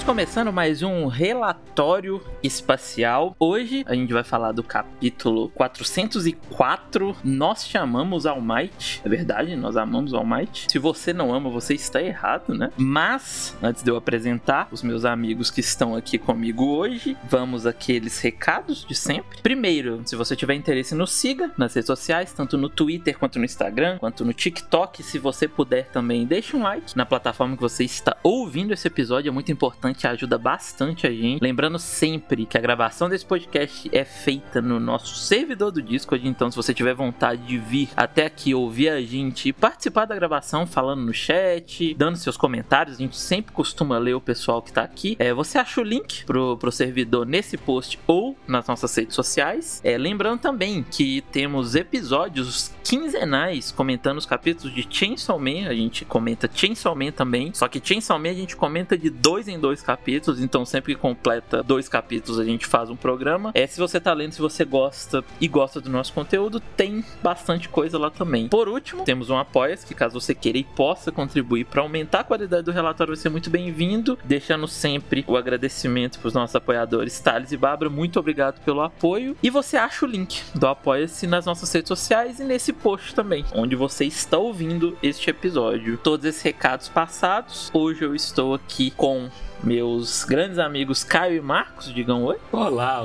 começando mais um relatório espacial. Hoje a gente vai falar do capítulo 404. Nós chamamos All Might. É verdade, nós amamos All Might. Se você não ama, você está errado, né? Mas, antes de eu apresentar os meus amigos que estão aqui comigo hoje, vamos àqueles recados de sempre. Primeiro, se você tiver interesse, nos siga nas redes sociais, tanto no Twitter, quanto no Instagram, quanto no TikTok. Se você puder também, deixe um like na plataforma que você está ouvindo esse episódio. É muito importante, ajuda bastante a gente. Lembrando sempre que a gravação desse podcast é feita no nosso servidor do Discord. Então, se você tiver vontade de vir até aqui, ouvir a gente e participar da gravação, falando no chat, dando seus comentários, a gente sempre costuma ler o pessoal que tá aqui. Você acha o link pro servidor nesse post ou nas nossas redes sociais. Lembrando também que temos episódios quinzenais comentando os capítulos de Chainsaw Man. A gente comenta Chainsaw Man também, só que Chainsaw Man a gente comenta de 2 em 2 capítulos, então sempre que completa 2 capítulos a gente faz um programa. Se você tá lendo, se você gosta e gosta do nosso conteúdo, tem bastante coisa lá também. Por último, temos um Apoia-se, que caso você queira e possa contribuir para aumentar a qualidade do relatório, vai ser muito bem-vindo. Deixando sempre o agradecimento pros nossos apoiadores Thales e Bárbara, muito obrigado pelo apoio. E você acha o link do Apoia-se nas nossas redes sociais e nesse post também, onde você está ouvindo este episódio. Todos esses recados passados, hoje eu estou aqui com meus grandes amigos Caio e Marcos. Digam oi. Olá.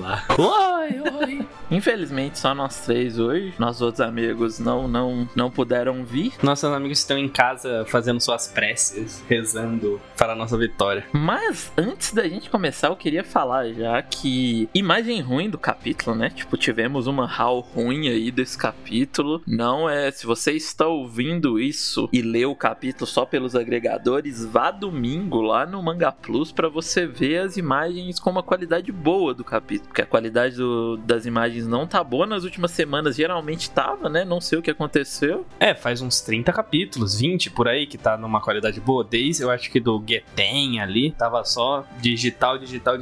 Oi. Infelizmente só nós 3 hoje. Nossos outros amigos não puderam vir. Nossos amigos estão em casa fazendo suas preces, rezando para a nossa vitória. Mas antes da gente começar, eu queria falar já que imagem ruim do capítulo, né? Tipo, tivemos uma haul ruim aí desse capítulo. Não é, se você está ouvindo isso e leu o capítulo só pelos agregadores, vá domingo lá no Manga Plus pra você ver as imagens com uma qualidade boa do capítulo, porque a qualidade das imagens não tá boa nas últimas semanas, geralmente tava, né? Não sei o que aconteceu. Faz uns 30 capítulos, 20 por aí, que tá numa qualidade boa, desde eu acho que do Geten ali, tava só digital,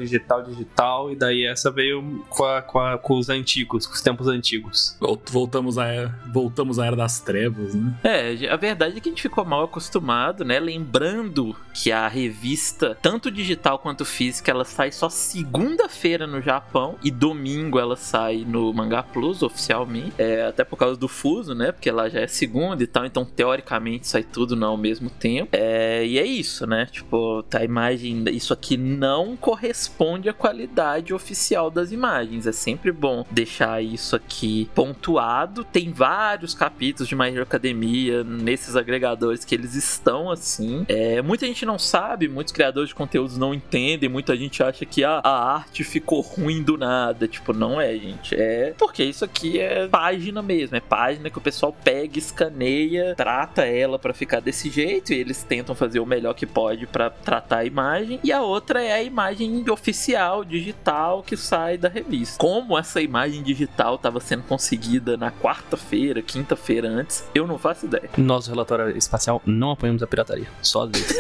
e daí essa veio com os antigos, com os tempos antigos. Voltamos à Era das Trevas, né? A verdade é que a gente ficou mal acostumado, né? Lembrando que a revista, tanto digital quanto física, ela sai só segunda-feira no Japão e domingo ela sai no Manga Plus oficialmente, até por causa do fuso, né? Porque lá já é segunda e tal, então teoricamente sai tudo não ao mesmo tempo. E é isso, né? Tipo, a imagem, isso aqui não corresponde à qualidade oficial das imagens. É sempre bom deixar isso aqui pontuado. Tem vários capítulos de My Hero Academia nesses agregadores que eles estão assim. Muita gente não sabe, muitos criadores de conteúdos não entendem, muita gente acha que a arte ficou ruim do nada. Tipo, não é, gente. Porque isso aqui é página mesmo. É página que o pessoal pega, escaneia, trata ela pra ficar desse jeito, e eles tentam fazer o melhor que pode pra tratar a imagem. E a outra é a imagem oficial, digital, que sai da revista. Como essa imagem digital tava sendo conseguida na quarta-feira, quinta-feira antes, eu não faço ideia. Nosso relatório espacial, não apoiamos a pirataria. Só às vezes.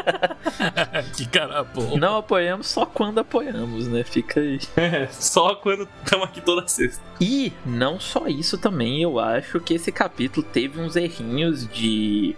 Que cara bom. Não apoiamos só quando apoiamos, né? Fica aí. Só quando estamos aqui toda sexta. E não só isso também, eu acho que esse capítulo teve uns errinhos de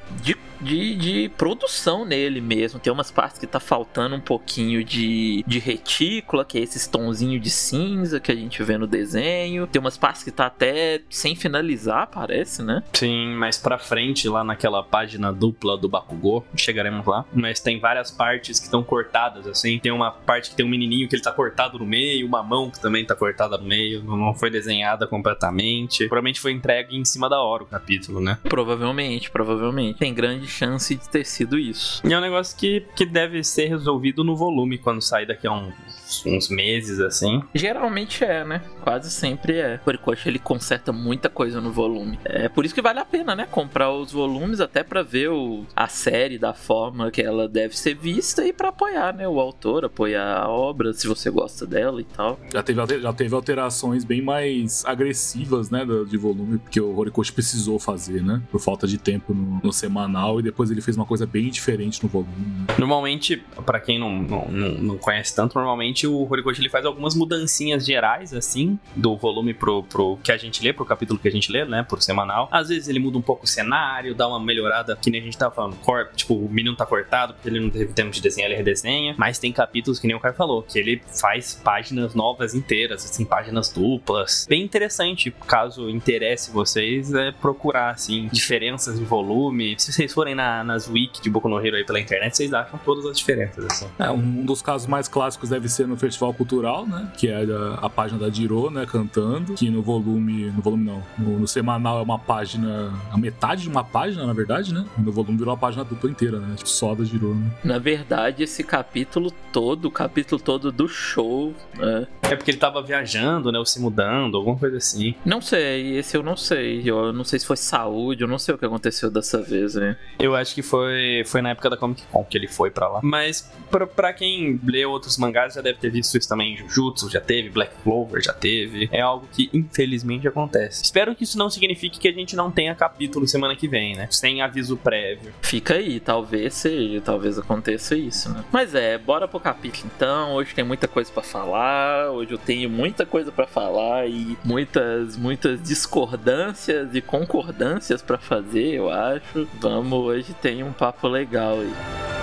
produção nele mesmo. Tem umas partes que tá faltando um pouquinho de retícula, que é esses tonzinhos de cinza que a gente vê no desenho. Tem umas partes que tá até sem finalizar, parece, né? Sim, mais pra frente, lá naquela página dupla do Bakugou, chegaremos lá. Mas tem várias partes que estão cortadas, assim. Tem uma parte que tem um menininho que ele tá cortado no meio, uma mão que também tá cortada no meio, não foi desenhada completamente. Provavelmente foi entregue em cima da hora o capítulo, né? Provavelmente. Tem grande chance de ter sido isso. E é um negócio que deve ser resolvido no volume quando sair daqui a uns meses, assim. Geralmente né? Quase sempre é. O Horikoshi, ele conserta muita coisa no volume. É por isso que vale a pena, né? Comprar os volumes até pra ver a série da forma que ela deve ser vista e pra apoiar, né? O autor, apoiar a obra, se você gosta dela e tal. Já teve alterações bem mais agressivas, né? De volume, porque o Horikoshi precisou fazer, né? Por falta de tempo no semanal. e depois ele fez uma coisa bem diferente no volume. Normalmente, pra quem não conhece tanto, normalmente o Horikoshi ele faz algumas mudancinhas gerais, assim, do volume pro que a gente lê, pro capítulo que a gente lê, né, por semanal. Às vezes ele muda um pouco o cenário, dá uma melhorada, que nem a gente tava falando, tipo, o menino tá cortado porque ele não teve tempo de desenhar, ele redesenha, mas tem capítulos, que nem o Caio falou, que ele faz páginas novas inteiras, assim, páginas duplas. Bem interessante, caso interesse vocês, procurar, assim, diferenças de volume. Se vocês forem nas wiki de Boku no Hero aí pela internet, vocês acham todas as diferenças, assim. Um dos casos mais clássicos deve ser no Festival Cultural, né, que é a página da Jiro, né, cantando, que no volume não, no semanal é uma página, a metade de uma página, na verdade, né, no volume virou uma página dupla inteira, né, tipo, só da Jiro, né. Na verdade, esse capítulo todo do show, É porque ele tava viajando, né, ou se mudando, alguma coisa assim. Não sei, esse eu não sei. Eu não sei se foi saúde, eu não sei o que aconteceu dessa vez, né? Eu acho que foi na época da Comic Con que ele foi pra lá. Mas pra quem lê outros mangás já deve ter visto isso também. Jujutsu já teve, Black Clover já teve. É algo que infelizmente acontece. Espero que isso não signifique que a gente não tenha capítulo semana que vem, né? Sem aviso prévio. Fica aí, talvez aconteça isso, né? Mas bora pro capítulo então. Hoje tem muita coisa pra falar. Hoje eu tenho muita coisa pra falar e muitas discordâncias e concordâncias pra fazer, eu acho. Vamos, hoje tem um papo legal aí.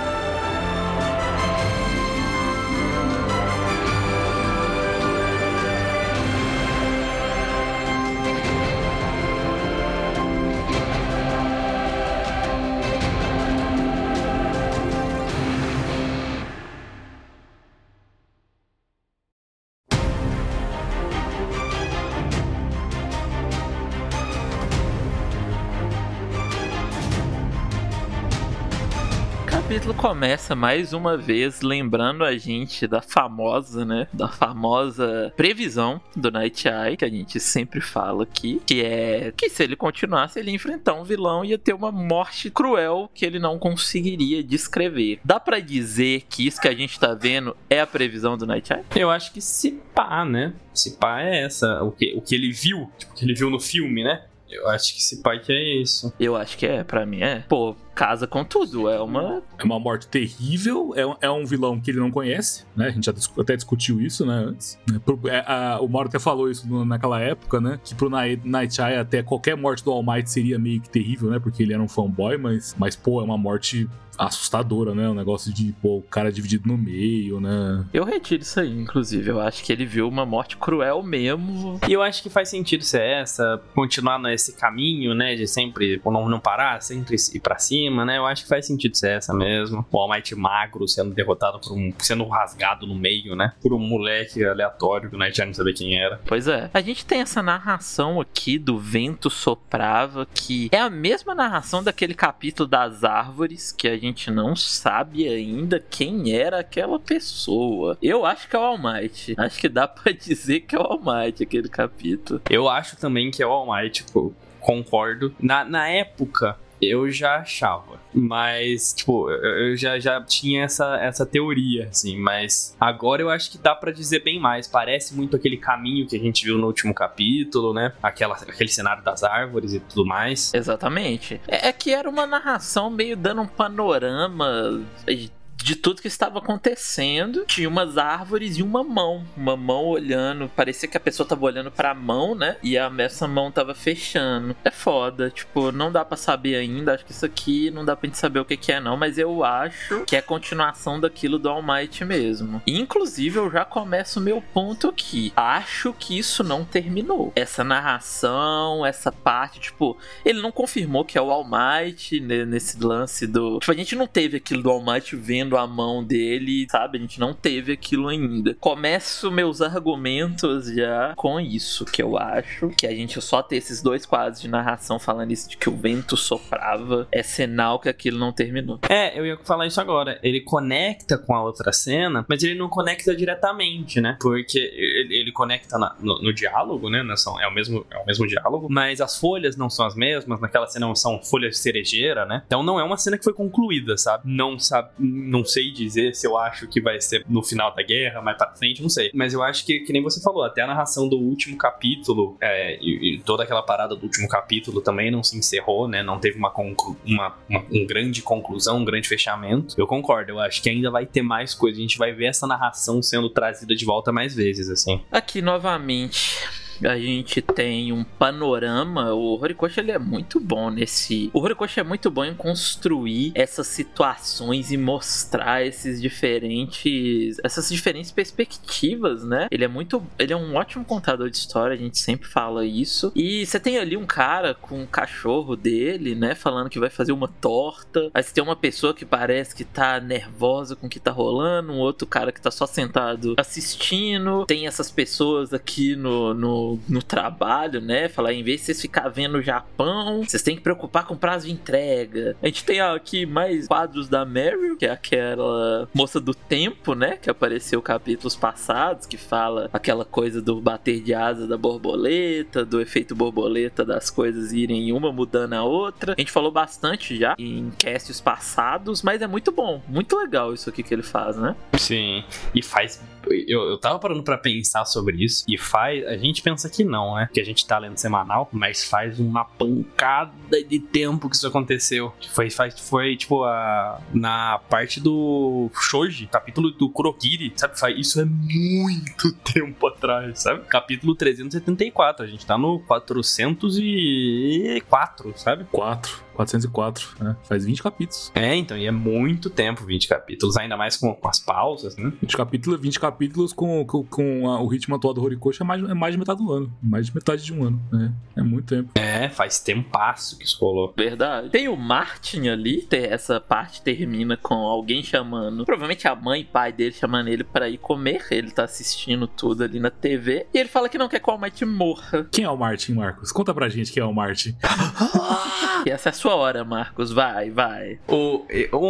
O capítulo começa mais uma vez lembrando a gente da famosa previsão do Night Eye, que a gente sempre fala aqui, que é que se ele continuasse, ele ia enfrentar um vilão e ia ter uma morte cruel que ele não conseguiria descrever. Dá pra dizer que isso que a gente tá vendo é a previsão do Night Eye? Eu acho que se pá, né? Se pá é essa, o que ele viu, tipo, o que ele viu no filme, né? Eu acho que esse pai que é isso. Eu acho que pra mim é. Pô, casa com tudo, é uma morte terrível, é um vilão que ele não conhece, né? A gente já até discutiu isso, né, antes. O Mauro até falou isso naquela época, né? Que pro Night Eye até qualquer morte do All Might seria meio que terrível, né? Porque ele era um fanboy, mas pô, é uma morte assustadora, né? Um negócio de, pô, o cara dividido no meio, né? Eu retiro isso aí, inclusive. Eu acho que ele viu uma morte cruel mesmo. E eu acho que faz sentido ser essa, continuar nesse caminho, né? De sempre não parar, sempre ir pra cima, né? Eu acho que faz sentido ser essa mesmo. O All Might magro sendo derrotado sendo rasgado no meio, né? Por um moleque aleatório que o Night Eye não sabia quem era. Pois é. A gente tem essa narração aqui do vento soprava, que é a mesma narração daquele capítulo das árvores, que a gente não sabe ainda quem era aquela pessoa. Eu acho que é o All Might. Acho que dá pra dizer que é o All Might aquele capítulo. Eu acho também que é o All Might, tipo, concordo. Na época, eu já achava. Mas, tipo, eu já tinha essa teoria, assim. Mas agora eu acho que dá pra dizer bem mais. Parece muito aquele caminho que a gente viu no último capítulo, né? Aquele cenário das árvores e tudo mais. Exatamente. É que era uma narração meio dando um panorama de tudo que estava acontecendo. Tinha umas árvores e uma mão olhando, parecia que a pessoa tava olhando pra mão, né, e essa mão tava fechando. É foda, tipo, não dá pra saber ainda, acho que isso aqui não dá pra gente saber o que é não, mas eu acho que é continuação daquilo do All Might mesmo. Inclusive, eu já começo o meu ponto aqui, acho que isso não terminou. Essa narração, essa parte, tipo, ele não confirmou que é o All Might nesse lance do... Tipo, a gente não teve aquilo do All Might vendo a mão dele, sabe? A gente não teve aquilo ainda. Começo meus argumentos já com isso, que eu acho que a gente só ter esses dois quadros de narração falando isso de que o vento soprava é sinal que aquilo não terminou. Eu ia falar isso agora. Ele conecta com a outra cena, mas ele não conecta diretamente, né? Porque ele conecta no diálogo, né? É o mesmo diálogo, mas as folhas não são as mesmas. Naquela cena são folhas de cerejeira, né? Então não é uma cena que foi concluída, sabe? Não sei dizer se eu acho que vai ser no final da guerra, mais pra frente, não sei. Mas eu acho que nem você falou, até a narração do último capítulo, e toda aquela parada do último capítulo também não se encerrou, né? Não teve uma grande conclusão, um grande fechamento. Eu concordo, eu acho que ainda vai ter mais coisa. A gente vai ver essa narração sendo trazida de volta mais vezes, assim. Aqui, novamente, a gente tem um panorama. O Horikoshi, ele é muito bom nesse... O Horikoshi é muito bom em construir essas situações e mostrar essas diferentes perspectivas, né? Ele é um ótimo contador de história, a gente sempre fala isso. E você tem ali um cara com um cachorro dele, né? Falando que vai fazer uma torta. Aí você tem uma pessoa que parece que tá nervosa com o que tá rolando. Um outro cara que tá só sentado assistindo. Tem essas pessoas aqui no trabalho, né? Falar, em vez de vocês ficar vendo o Japão, vocês têm que preocupar com o prazo de entrega. A gente tem aqui mais quadros da Meryl, que é aquela moça do tempo, né? Que apareceu capítulos passados, que fala aquela coisa do bater de asa da borboleta, do efeito borboleta das coisas irem uma mudando a outra. A gente falou bastante já em casts passados, mas é muito bom, muito legal isso aqui que ele faz, né? Sim, e faz... Eu tava parando pra pensar sobre isso, e a gente pensa que não, né? Que a gente tá lendo semanal, mas faz uma pancada de tempo que isso aconteceu. Foi tipo, na parte do Shoji, capítulo do Kurogiri, sabe? Isso é muito tempo atrás, sabe? Capítulo 374, a gente tá no 404, sabe? 404, né? Faz 20 capítulos. Então, e é muito tempo, 20 capítulos, ainda mais com as pausas, né? 20 capítulos com o ritmo atual do Horikoshi é mais de metade do ano. Mais de metade de um ano, né? É muito tempo. Faz tempasso que isso rolou. Verdade. Tem o Martin ali, essa parte termina com alguém chamando, provavelmente a mãe e pai dele chamando ele pra ir comer. Ele tá assistindo tudo ali na TV. E ele fala que não quer que o All Might morra. Quem é o Martin, Marcos? Conta pra gente quem é o Martin. E essa é a sua hora, Marcos. Vai. O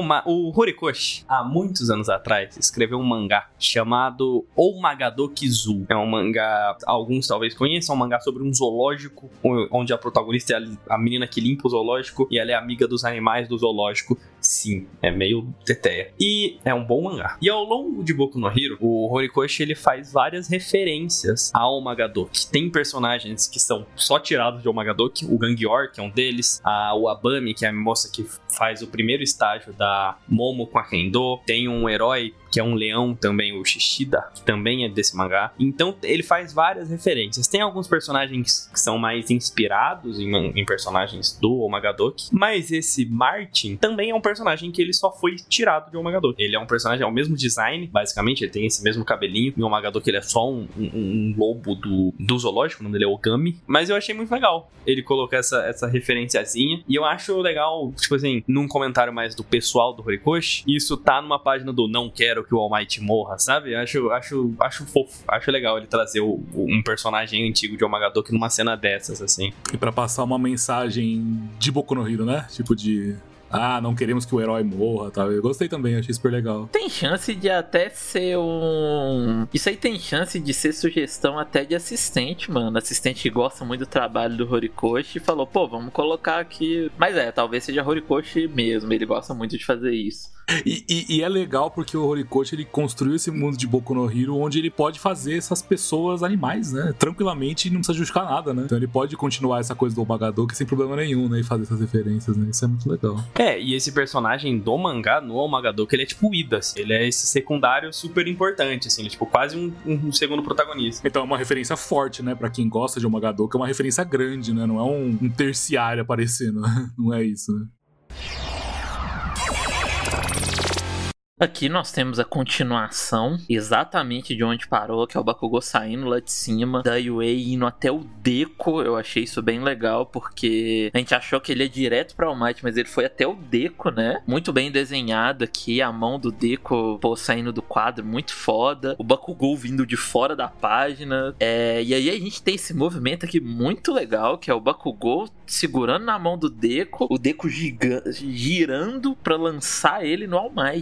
Horikoshi, há muitos anos atrás, escreveu um mangá chamado Omagadokizu. É um mangá, alguns talvez conheçam, um mangá sobre um zoológico, onde a protagonista é a menina que limpa o zoológico e ela é amiga dos animais do zoológico. Sim, é meio teteia. E é um bom mangá. E ao longo de Boku no Hero, o Horikoshi, ele faz várias referências a Omagadoki. Tem personagens que são só tirados de Omagadoki, o Gangior, que é um deles, o Abami, que é a moça que faz o primeiro estágio da Momo com a Kendo. Tem um herói que é um leão também, o Shishida, que também é desse mangá. Então ele faz várias referências. Tem alguns personagens que são mais inspirados em personagens do Omagadoki, mas esse Martin também é um personagem que ele só foi tirado de Omagadoki. Ele é um personagem, é o mesmo design, basicamente, ele tem esse mesmo cabelinho. Em Omagadoki ele é só um lobo do zoológico, o nome dele é Ogami. Mas eu achei muito legal ele colocar essa referenciazinha. E eu acho legal, tipo assim, num comentário mais do pessoal do Horikoshi, isso tá numa página do Não Quero que o All Might morra, sabe? Acho fofo, acho legal ele trazer um personagem antigo de Omagadoki numa cena dessas, assim. E pra passar uma mensagem de Boku no Hero, né? Tipo de... não queremos que o herói morra, tá? Eu gostei também, achei super legal. Tem chance de até ser Isso aí tem chance de ser sugestão até de assistente, mano. Assistente que gosta muito do trabalho do Horikoshi e falou, pô, vamos colocar aqui... Mas talvez seja Horikoshi mesmo, ele gosta muito de fazer isso. E é legal porque o Horikoshi, ele construiu esse mundo de Boku no Hero onde ele pode fazer essas pessoas animais, né? Tranquilamente e não precisa justificar nada, né? Então ele pode continuar essa coisa do Omagadoki sem problema nenhum, né? E fazer essas referências, né? Isso é muito legal. E esse personagem do mangá, no Omagadoki, ele é tipo o Ida. Ele é esse secundário super importante, assim. Ele é tipo quase um segundo protagonista. Então é uma referência forte, né? Pra quem gosta de Omagadoki, é uma referência grande, né? Não é um terciário aparecendo. Não é isso, né? Aqui nós temos a continuação exatamente de onde parou, que é o Bakugou saindo lá de cima, da Yue indo até o Deco. Eu achei isso bem legal, porque a gente achou que ele ia direto pra All Might, mas ele foi até o Deco, né? Muito bem desenhado aqui, a mão do Deco, saindo do quadro, muito foda. O Bakugou vindo de fora da página. E aí a gente tem esse movimento aqui muito legal, que é o Bakugou segurando na mão do Deco, o Deco girando pra lançar ele no All Might, né?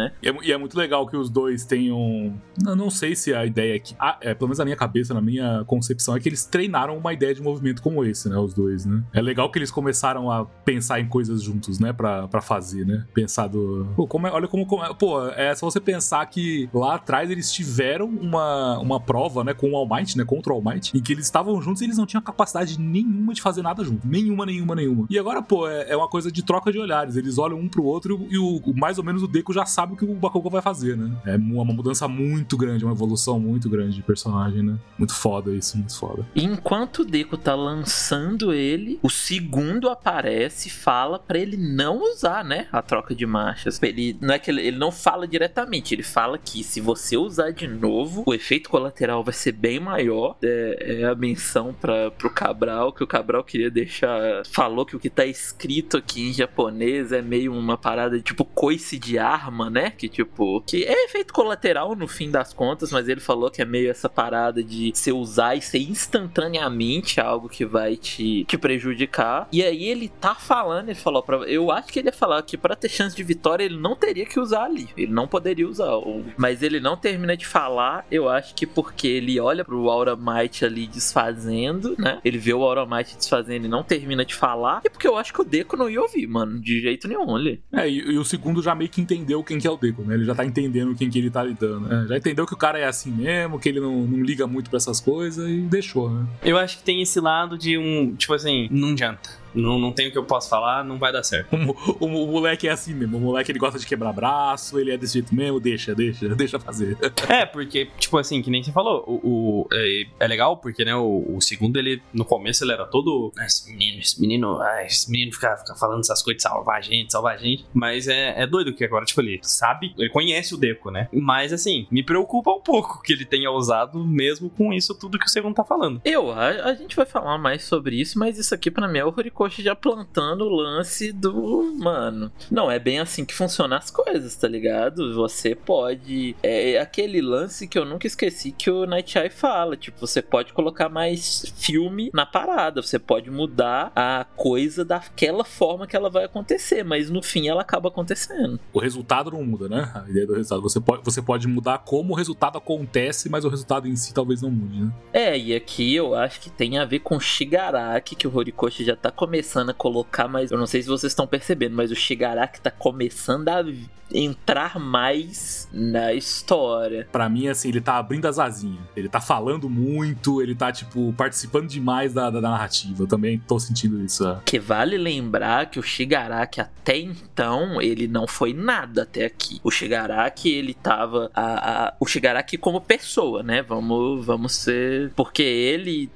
né? E é muito legal que os dois tenham... Eu não sei se a ideia aqui... pelo menos na minha cabeça, na minha concepção, é que eles treinaram uma ideia de movimento como esse, né? Os dois, né? É legal que eles começaram a pensar em coisas juntos, né? Pra fazer, né? Pensar do... Pô, olha como... Pô, é só você pensar que lá atrás eles tiveram uma prova, né? Com o All Might, né? Contra o All Might, em que eles estavam juntos e eles não tinham capacidade nenhuma de fazer nada junto. Nenhuma. E agora, pô, é uma coisa de troca de olhares. Eles olham um pro outro e mais ou menos o Deku já sabe o que o Bakugou vai fazer, né? É uma mudança muito grande, uma evolução muito grande de personagem, né? Muito foda isso, muito foda. Enquanto o Deku tá lançando ele, o segundo aparece e fala pra ele não usar, né? A troca de marchas. Não é que ele não fala diretamente, ele fala que se você usar de novo, o efeito colateral vai ser bem maior. É a menção pro Cabral, que o Cabral queria deixar... Falou que o que tá escrito aqui em japonês é meio uma parada de tipo coice de arma, né? Que tipo... Que é efeito colateral no fim das contas, mas ele falou que é meio essa parada de você usar e ser instantaneamente algo que vai te prejudicar. E aí ele tá falando, ele falou eu acho que ele ia falar que pra ter chance de vitória ele não teria que usar ali. Ele não poderia usar. Mas ele não termina de falar, eu acho que porque ele olha pro Aura Might ali desfazendo, né? Ele vê o Aura Might desfazendo e não termina de falar. E porque eu acho que o Deku não ia ouvir, mano. De jeito nenhum ali. E o segundo já meio que entendeu quem que é o Deku, né? Ele já tá entendendo quem que ele tá lidando, né? Já entendeu que o cara é assim mesmo, que ele não liga muito pra essas coisas e deixou, né? Eu acho que tem esse lado de tipo assim, não adianta. Não tem o que eu posso falar, não vai dar certo. O moleque é assim mesmo. O moleque, ele gosta de quebrar braço, ele é desse jeito mesmo, deixa fazer. Porque, tipo assim, que nem você falou, é legal porque, né, o segundo, ele, no começo, ele era todo... Esse menino fica falando essas coisas de salvar a gente. Mas é doido que agora, tipo, ele sabe, ele conhece o Deku, né? Mas, assim, me preocupa um pouco que ele tenha usado mesmo com isso tudo que o segundo tá falando. A gente vai falar mais sobre isso, mas isso aqui pra mim é o Horikoshi já plantando o lance do... Mano, não é bem assim que funcionam as coisas, tá ligado? Você pode... É aquele lance que eu nunca esqueci que o Night Eye fala. Tipo, você pode colocar mais filme na parada. Você pode mudar a coisa daquela forma que ela vai acontecer, mas no fim ela acaba acontecendo. O resultado não muda, né? A ideia do resultado. Você pode mudar como o resultado acontece, mas o resultado em si talvez não mude, né? E aqui eu acho que tem a ver com Shigaraki, que o Horikoshi já tá começando a colocar, mas eu não sei se vocês estão percebendo, mas o Shigaraki tá começando a entrar mais na história. Pra mim, assim, ele tá abrindo as asinhas. Ele tá falando muito, ele tá, tipo, participando demais da narrativa. Eu também tô sentindo isso. Que vale lembrar que o Shigaraki até então, ele não foi nada até aqui. O Shigaraki, ele tava... o Shigaraki como pessoa, né? Vamos ser... Porque ele...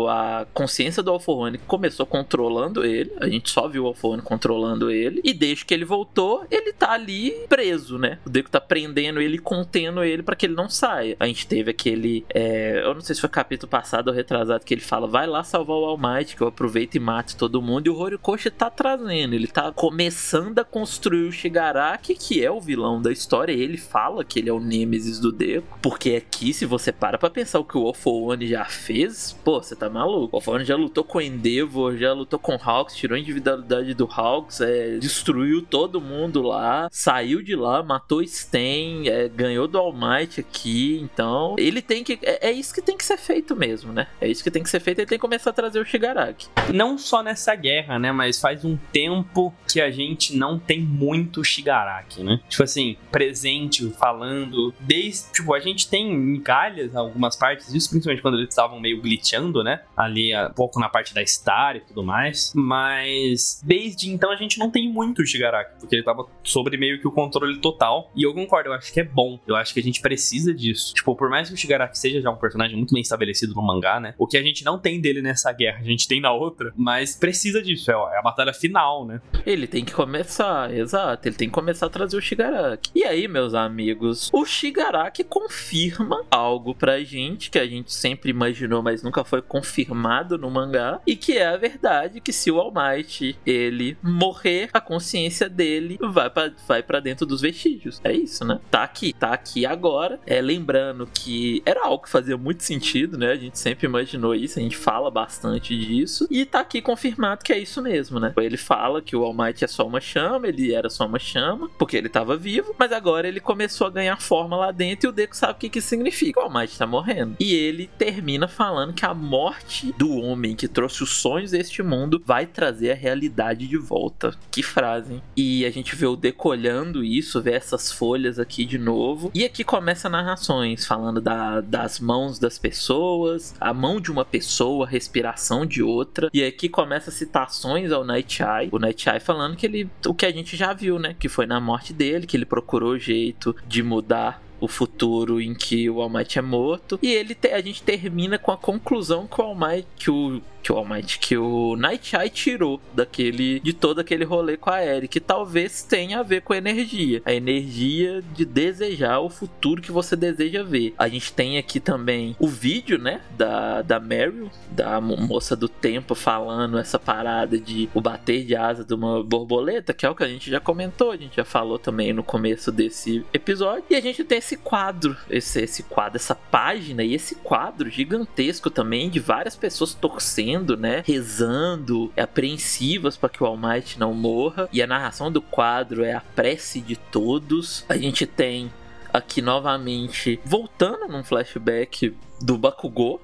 A consciência do Alforone começou controlando ele. A gente só viu o Alforone controlando ele. E desde que ele voltou, ele tá ali preso, né? O Deku tá prendendo ele e contendo ele pra que ele não saia. A gente teve aquele... eu não sei se foi capítulo passado ou retrasado, que ele fala, vai lá salvar o All Might, que eu aproveito e mato todo mundo. E o Horikoshi tá trazendo. Ele tá começando a construir o Shigaraki, que é o vilão da história. Ele fala que ele é o Nêmesis do Deku. Porque aqui, se você para pra pensar o que o Alforone já fez, pô, você tá maluco. O Alforone já lutou com o Endeavor, já lutou com o Hawks, tirou a individualidade do Hawks, destruiu todo mundo lá, saiu de lá, matou Sten, ganhou do All Might aqui. Então, ele tem que... É isso que tem que ser feito mesmo, né? É isso que tem que ser feito. Ele tem que começar a trazer o Shigaraki. Não só nessa guerra, né? Mas faz um tempo que a gente não tem muito Shigaraki, né? Tipo assim, presente, falando. Tipo, a gente tem migalhas, algumas partes disso, principalmente quando eles estavam meio glitchando, né? Ali, um pouco na parte da Star e tudo mais. Mas desde então a gente não tem muito Shigaraki, porque ele tava sobre meio que o controle total. E eu concordo, eu acho que é bom. Eu acho que a gente precisa disso. Tipo, por mais que o Shigaraki seja já um personagem muito bem estabelecido no mangá, né? O que a gente não tem dele nessa guerra, a gente tem na outra, mas precisa disso. É a batalha final, né? Ele tem que começar, exato. Ele tem que começar a trazer o Shigaraki. E aí, meus amigos, o Shigaraki confirma algo pra gente, que a gente sempre imaginou, mas nunca foi confirmado no mangá, e que é a verdade, que que se o All Might, ele morrer, a consciência dele vai pra dentro dos vestígios. É isso, né? Tá aqui agora. Lembrando que era algo que fazia muito sentido, né? A gente sempre imaginou isso, a gente fala bastante disso. E tá aqui confirmado que é isso mesmo, né? Ele fala que o All Might é só uma chama, ele era só uma chama, porque ele tava vivo, mas agora ele começou a ganhar forma lá dentro e o Deku sabe o que significa. O All Might tá morrendo. E ele termina falando que a morte do homem que trouxe os sonhos deste mundo vai trazer a realidade de volta. Que frase, hein? E a gente vê o Deku olhando isso, vê essas folhas aqui de novo. E aqui começa narrações falando das mãos das pessoas, a mão de uma pessoa, a respiração de outra. E aqui começa citações ao Nighteye. O Nighteye falando que o que a gente já viu, né? Que foi na morte dele, que ele procurou o jeito de mudar o futuro em que o All Might é morto. E a gente termina com a conclusão que o All Might, que o Nighteye tirou de todo aquele rolê com a Eri, que talvez tenha a ver com a energia de desejar o futuro que você deseja ver. A gente tem aqui também o vídeo, né, da Meryl, da moça do tempo, falando essa parada de o bater de asa de uma borboleta, que é o que a gente já comentou, a gente já falou também no começo desse episódio. E a gente tem esse quadro, essa página e esse quadro gigantesco também de várias pessoas torcendo, né, rezando, apreensivas para que o All Might não morra. E a narração do quadro é a prece de todos. A gente tem aqui novamente, voltando num flashback do Bakugou,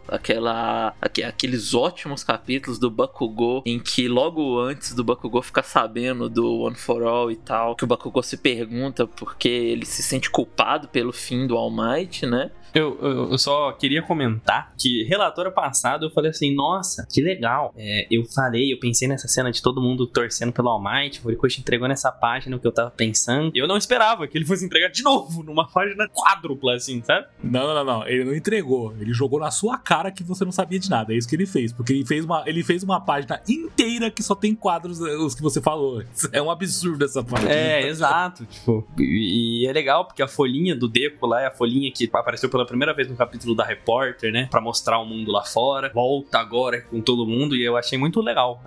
aqueles ótimos capítulos do Bakugou, em que logo antes do Bakugou ficar sabendo do One for All e tal, que o Bakugou se pergunta porque ele se sente culpado pelo fim do All Might, né? Eu só queria comentar que relatório passado eu falei assim, nossa, que legal. Eu pensei nessa cena de todo mundo torcendo pelo All Might, o Horikoshi entregou nessa página o que eu tava pensando. Eu não esperava que ele fosse entregar de novo numa página quádrupla, assim, sabe? Não, ele não entregou. Ele jogou na sua cara que você não sabia de nada. É isso que ele fez. Porque ele fez uma página inteira que só tem quadros, os que você falou. É um absurdo essa página. Exato. Tipo, e é legal porque a folhinha do Deku lá é a folhinha que apareceu pela primeira vez no capítulo da Repórter, né? Pra mostrar o mundo lá fora. Volta agora com todo mundo e eu achei muito legal.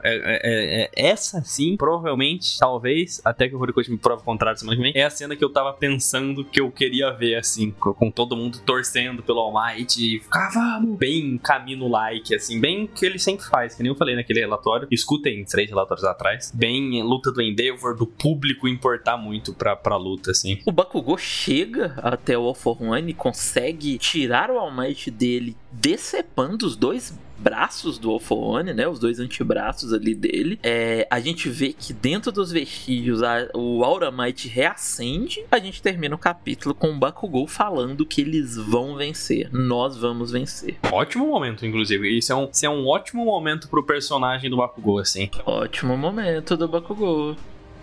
Essa sim, provavelmente, talvez, até que o Horikoshi me prove o contrário semana que vem, é a cena que eu tava pensando que eu queria ver, assim, com todo mundo torcendo pelo All Might e vamos! Bem Camino-like, assim, bem que ele sempre faz, que nem eu falei naquele relatório. Escutem 3 relatórios atrás. Bem luta do Endeavor, do público importar muito pra luta, assim. O Bakugou chega até o All For One e consegue tirar o All Might dele, decepando os 2 braços do All For One, né? Os 2 antebraços ali dele. A gente vê que dentro dos vestígios o Aura Might reacende. A gente termina o capítulo com o Bakugou falando que eles vão vencer. Nós vamos vencer. Ótimo momento, inclusive. Isso é um ótimo momento pro personagem do Bakugou, assim. Ótimo momento do Bakugou.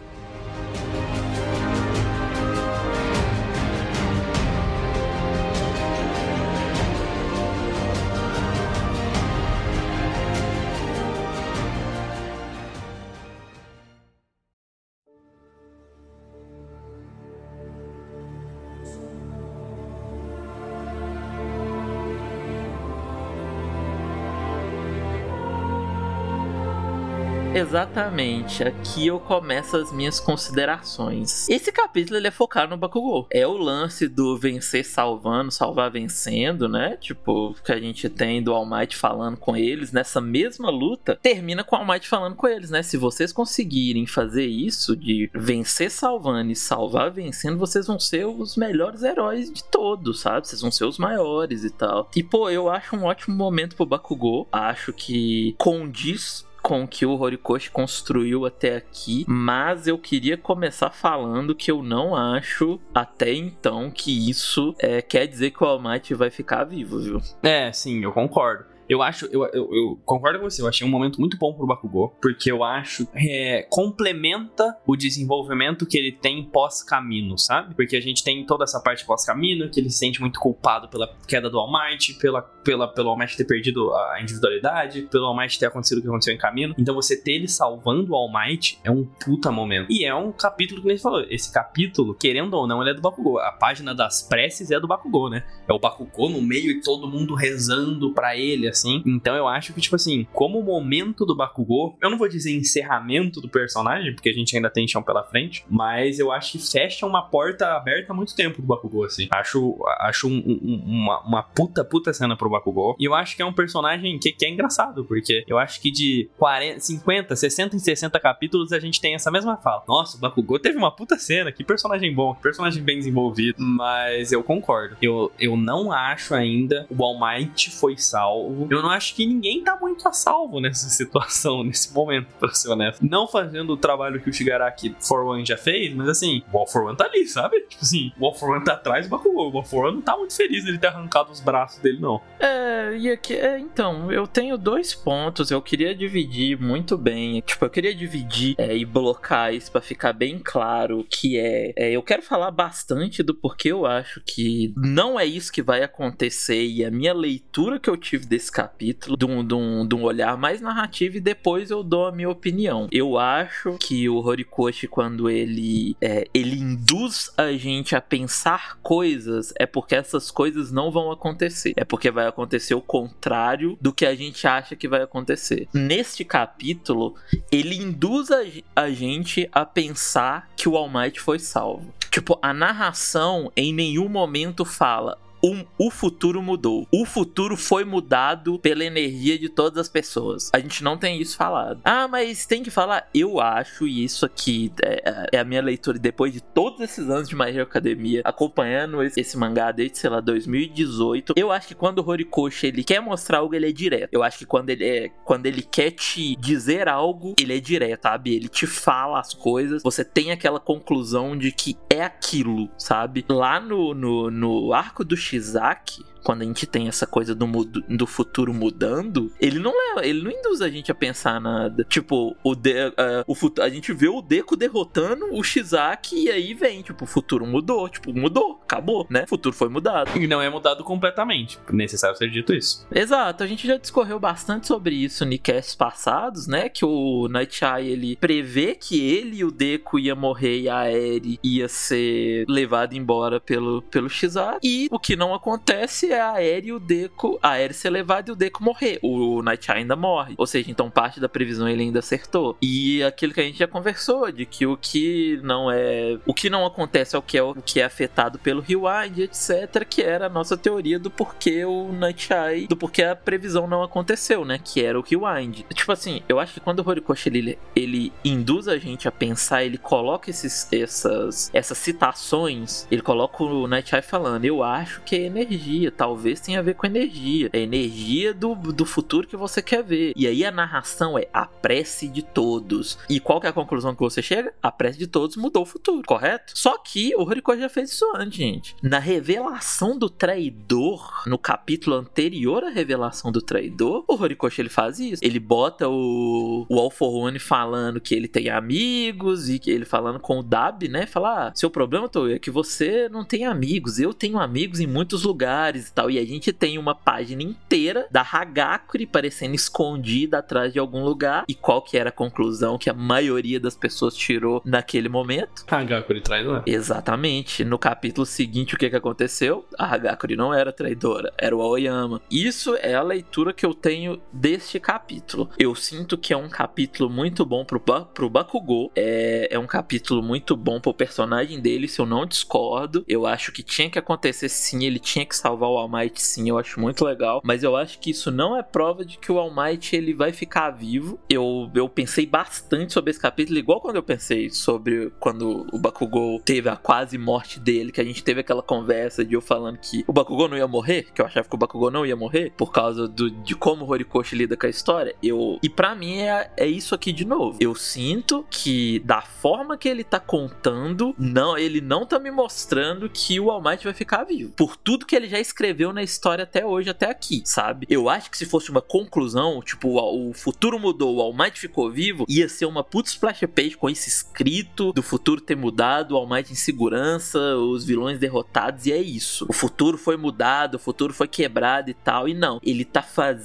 Exatamente, aqui eu começo as minhas considerações. Esse capítulo ele é focado no Bakugou. É o lance do vencer salvando, salvar vencendo, né? Tipo, que a gente tem do All Might falando com eles. Nessa mesma luta, termina com o All Might falando com eles, né? Se vocês conseguirem fazer isso, de vencer salvando e salvar vencendo, vocês vão ser os melhores heróis de todos, sabe? Vocês vão ser os maiores e tal. E, pô, eu acho um ótimo momento pro Bakugou. Acho que condiz com o que o Horikoshi construiu até aqui, mas eu queria começar falando que eu não acho até então que isso quer dizer que o All Might vai ficar vivo, viu? Sim, eu concordo. Eu concordo com você, eu achei um momento muito bom pro Bakugou, porque eu acho complementa o desenvolvimento que ele tem pós-caminho, sabe? Porque a gente tem toda essa parte pós-caminho, que ele se sente muito culpado pela queda do All Might, pelo All Might ter perdido a individualidade, pelo All Might ter acontecido o que aconteceu em caminho. Então você ter ele salvando o All Might é um puta momento. E é um capítulo que nem você falou, esse capítulo, querendo ou não, ele é do Bakugou. A página das preces é do Bakugou, né? É o Bakugou no meio e todo mundo rezando pra ele, assim. Então eu acho que, tipo assim, como o momento do Bakugou, eu não vou dizer encerramento do personagem, porque a gente ainda tem chão pela frente, mas eu acho que fecha uma porta aberta há muito tempo do Bakugou, assim. Acho uma puta cena pro Bakugou. E eu acho que é um personagem que é engraçado, porque eu acho que de 40, 50, 60 em 60 capítulos a gente tem essa mesma fala. Nossa, o Bakugou teve uma puta cena, que personagem bom, que personagem bem desenvolvido. Mas eu concordo. Eu não acho ainda o All Might foi salvo. Eu não acho que ninguém tá muito a salvo nessa situação, nesse momento, pra ser honesto. Não fazendo o trabalho que o Shigaraki For One já fez, mas assim, o All For One tá ali, sabe? Tipo assim, o All For One tá atrás do Bakugou. O All For One não tá muito feliz dele ter arrancado os braços dele, não. E aqui, então, eu tenho 2 pontos. Eu queria dividir muito bem. Tipo, eu queria dividir e blocar isso pra ficar bem claro que eu quero falar bastante do porquê eu acho que não é isso que vai acontecer, e a minha leitura que eu tive desse capítulo, de um olhar mais narrativo, e depois eu dou a minha opinião. Eu acho que o Horikoshi, quando ele induz a gente a pensar coisas, é porque essas coisas não vão acontecer. É porque vai acontecer o contrário do que a gente acha que vai acontecer. Neste capítulo, ele induz a gente a pensar que o All Might foi salvo. Tipo, a narração em nenhum momento fala: o futuro mudou. O futuro foi mudado pela energia de todas as pessoas. A gente não tem isso falado. Mas tem que falar. Eu acho, e isso aqui é a minha leitura depois de todos esses anos de My Hero Academia, acompanhando esse mangá desde, sei lá, 2018. Eu acho que quando o Horikoshi, ele quer mostrar algo, ele é direto. Eu acho que quando ele quer te dizer algo, ele é direto, sabe? Ele te fala as coisas, você tem aquela conclusão de que é aquilo, sabe? Lá no arco do Shizaki, quando a gente tem essa coisa do futuro mudando, ele não induz a gente a pensar nada. Tipo, a gente vê o Deku derrotando o Shizaki, e aí vem, tipo, o futuro mudou. Tipo, mudou, acabou, né? O futuro foi mudado. E não é mudado completamente. Necessário ser dito isso. Exato, a gente já discorreu bastante sobre isso em casts passados, né? Que o Night Eye, ele prevê que ele e o Deku ia morrer e a Aeri ia ser levado embora pelo Shizaki. E o que não acontece é a Aeri ser levada e o Deku morrer. O Night Eye ainda morre. Ou seja, então parte da previsão ele ainda acertou. E aquilo que a gente já conversou, de que o que não acontece é o que é afetado pelo Rewind, etc. Que era a nossa teoria do porquê o Night Eye, do porquê a previsão não aconteceu, né? Que era o Rewind. Tipo assim, eu acho que quando o Horikoshi ele induz a gente a pensar, ele coloca essas citações, ele coloca o Night Eye falando: eu acho que é energia, talvez tenha a ver com energia. É energia do futuro que você quer ver. E aí a narração é a prece de todos. E qual que é a conclusão que você chega? A prece de todos mudou o futuro, correto? Só que o Horikoshi já fez isso antes, gente. Na revelação do traidor, no capítulo anterior à revelação do traidor, o Horikoshi, ele faz isso. Ele bota o All For One falando que ele tem amigos, e que ele falando com o Dabi, né? Fala: seu problema, Toei, é que você não tem amigos. Eu tenho amigos em muitos lugares e tal. E a gente tem uma página inteira da Hagakure parecendo escondida atrás de algum lugar. E qual que era a conclusão que a maioria das pessoas tirou naquele momento? Hagakure traidora. Exatamente. No capítulo seguinte, o que aconteceu? A Hagakure não era traidora, era o Aoyama. Isso é a leitura que eu tenho deste capítulo. Eu sinto que é um capítulo muito bom pro Bakugou. É um capítulo muito bom pro personagem dele, se eu não discordo. Eu acho que tinha que acontecer sim, ele tinha que salvar o All Might sim, eu acho muito legal. Mas eu acho que isso não é prova de que o All Might, ele vai ficar vivo. Eu pensei bastante sobre esse capítulo, igual quando eu pensei sobre quando o Bakugou teve a quase morte dele, que a gente teve aquela conversa de eu falando que o Bakugou não ia morrer, que eu achava que o Bakugou não ia morrer, por causa de como o Horikoshi lida com a história. E pra mim é isso aqui de novo. Eu sinto que da forma que ele tá contando, ele não tá me mostrando que o All Might vai ficar vivo. Por tudo que ele já escreveu na história até hoje, até aqui, sabe? Eu acho que se fosse uma conclusão, tipo, o futuro mudou, o All Might ficou vivo, ia ser uma puta splash page com isso escrito, do futuro ter mudado, o All Might em segurança, os vilões derrotados, e é isso. O futuro foi mudado, o futuro foi quebrado e tal, e não. Ele tá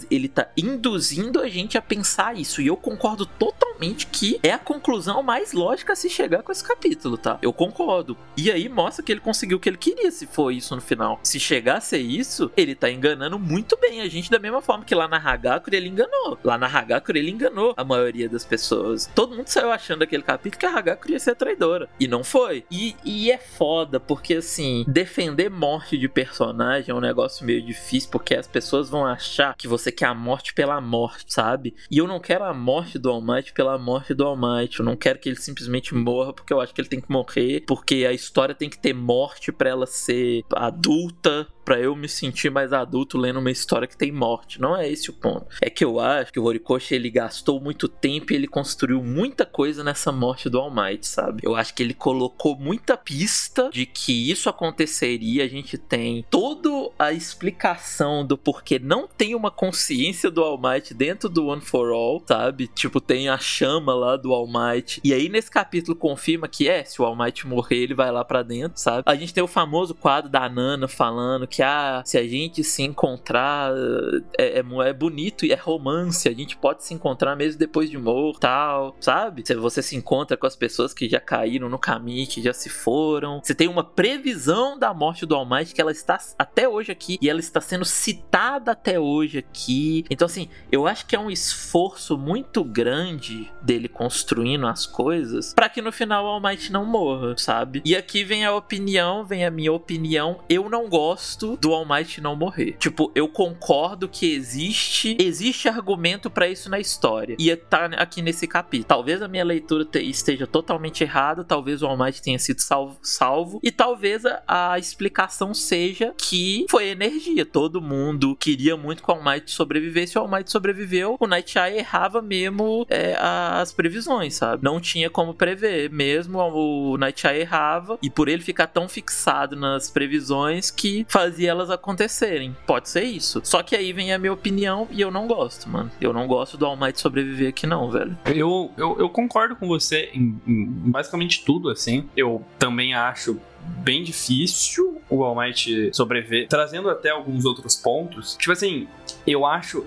induzindo a gente a pensar isso, e eu concordo totalmente que é a conclusão mais lógica a se chegar com esse capítulo, tá? Eu concordo. E aí mostra que ele conseguiu o que ele queria, se for isso no final. Se chegar a ser isso, ele tá enganando muito bem a gente, da mesma forma que lá na Hagakure ele enganou. Lá na Hagakure ele enganou a maioria das pessoas. Todo mundo saiu achando naquele capítulo que a Hagakure ia ser traidora. E não foi. E é foda, porque assim, defender morte de personagem é um negócio meio difícil, porque as pessoas vão achar que você quer a morte pela morte, sabe? E eu não quero a morte do All Might pela morte do All Might. Eu não quero que ele simplesmente morra, porque eu acho que ele tem que morrer, porque a história tem que ter morte pra ela ser adulta, pra eu me sentir mais adulto lendo uma história que tem morte. Não é esse o ponto. É que eu acho que o Horikoshi, ele gastou muito tempo e ele construiu muita coisa nessa morte do All Might, sabe? Eu acho que ele colocou muita pista de que isso aconteceria. A gente tem toda a explicação do porquê não tem uma consciência do All Might dentro do One for All, sabe? Tipo, tem a chama lá do All Might. E aí nesse capítulo confirma que se o All Might morrer, ele vai lá pra dentro, sabe? A gente tem o famoso quadro da Nana falando que se a gente se encontrar é bonito e é romance, a gente pode se encontrar mesmo depois de morto, tal, sabe? Se você se encontra com as pessoas que já caíram no caminho, que já se foram. Você tem uma previsão da morte do All Might, que ela está até hoje aqui, e ela está sendo citada até hoje aqui. Então assim, eu acho que é um esforço muito grande dele construindo as coisas para que no final o All Might não morra, sabe? E aqui vem a minha opinião. Eu não gosto do All Might não morrer. Tipo, eu concordo que existe argumento pra isso na história. E tá aqui nesse capítulo. Talvez a minha leitura esteja totalmente errada, talvez o All Might tenha sido salvo, e talvez a explicação seja que foi energia. Todo mundo queria muito que o All Might sobrevivesse, o All Might sobreviveu, o Night Eye errava mesmo as previsões, sabe? Não tinha como prever, mesmo o Night Eye errava, e por ele ficar tão fixado nas previsões que fazia elas acontecerem. Pode ser isso. Só que aí vem a minha opinião e eu não gosto, mano. Eu não gosto do All Might sobreviver aqui não, velho. Eu concordo com você em basicamente tudo, assim. Eu também acho bem difícil o All Might sobreviver, trazendo até alguns outros pontos. Tipo assim, eu acho,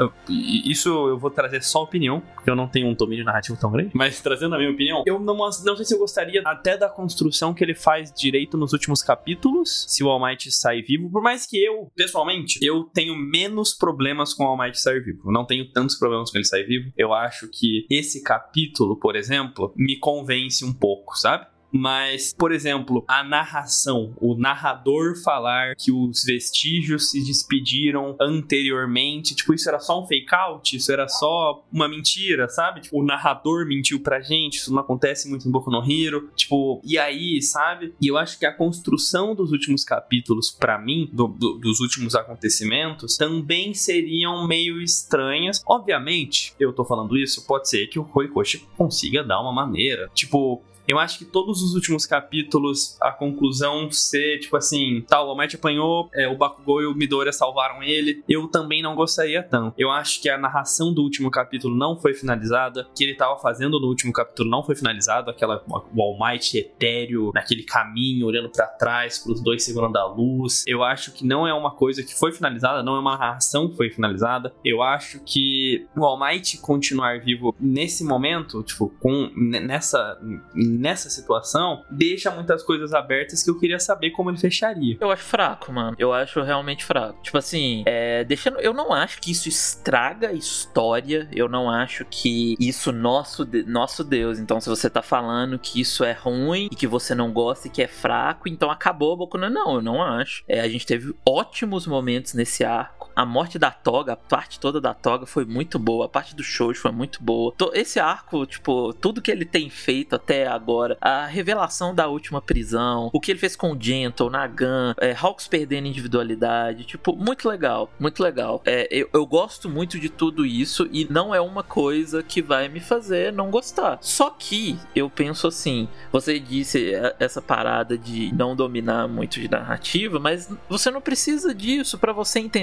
isso eu vou trazer só opinião, porque eu não tenho um domínio narrativo tão grande, mas trazendo a minha opinião, eu não sei se eu gostaria até da construção que ele faz direito nos últimos capítulos, se o All Might sair vivo, por mais que eu, pessoalmente, eu tenho menos problemas com o All Might sair vivo, eu não tenho tantos problemas com ele sair vivo. Eu acho que esse capítulo, por exemplo, me convence um pouco, sabe? Mas, por exemplo, a narração, o narrador falar que os vestígios se despediram anteriormente, tipo, isso era só um fake out, isso era só uma mentira, sabe? Tipo, o narrador mentiu pra gente, isso não acontece muito em Boku no Hero, tipo, e aí, sabe? E eu acho que a construção dos últimos capítulos, pra mim, dos últimos acontecimentos, também seriam meio estranhas. Obviamente, eu tô falando isso, pode ser que o Horikoshi consiga dar uma maneira, tipo... Eu acho que todos os últimos capítulos, a conclusão ser, tipo assim, o All Might apanhou, o Bakugou e o Midoriya salvaram ele, eu também não gostaria tanto. Eu acho que a narração do último capítulo não foi finalizada, o que ele tava fazendo no último capítulo não foi finalizado, o All Might etéreo, naquele caminho, olhando pra trás, pros dois segurando a luz. Eu acho que não é uma coisa que foi finalizada, não é uma narração que foi finalizada. Eu acho que o All Might continuar vivo nesse momento, tipo, nessa situação, deixa muitas coisas abertas que eu queria saber como ele fecharia. Eu acho fraco, mano. Eu acho realmente fraco. Tipo assim, eu não acho que isso estraga a história. Eu não acho que isso, nosso Deus. Então, se você tá falando que isso é ruim e que você não gosta e que é fraco, então acabou a Boku no... Não, eu não acho. A gente teve ótimos momentos nesse arco. A morte da Toga, a parte toda da Toga foi muito boa. A parte do Shoujo foi muito boa. Esse arco, tipo, tudo que ele tem feito até agora, a revelação da última prisão, o que ele fez com o Gentle, Nagan, Hawks perdendo individualidade, tipo, muito legal, muito legal. Eu gosto muito de tudo isso e não é uma coisa que vai me fazer não gostar. Só que eu penso assim, você disse essa parada de não dominar muito de narrativa, mas você não precisa disso pra você entender que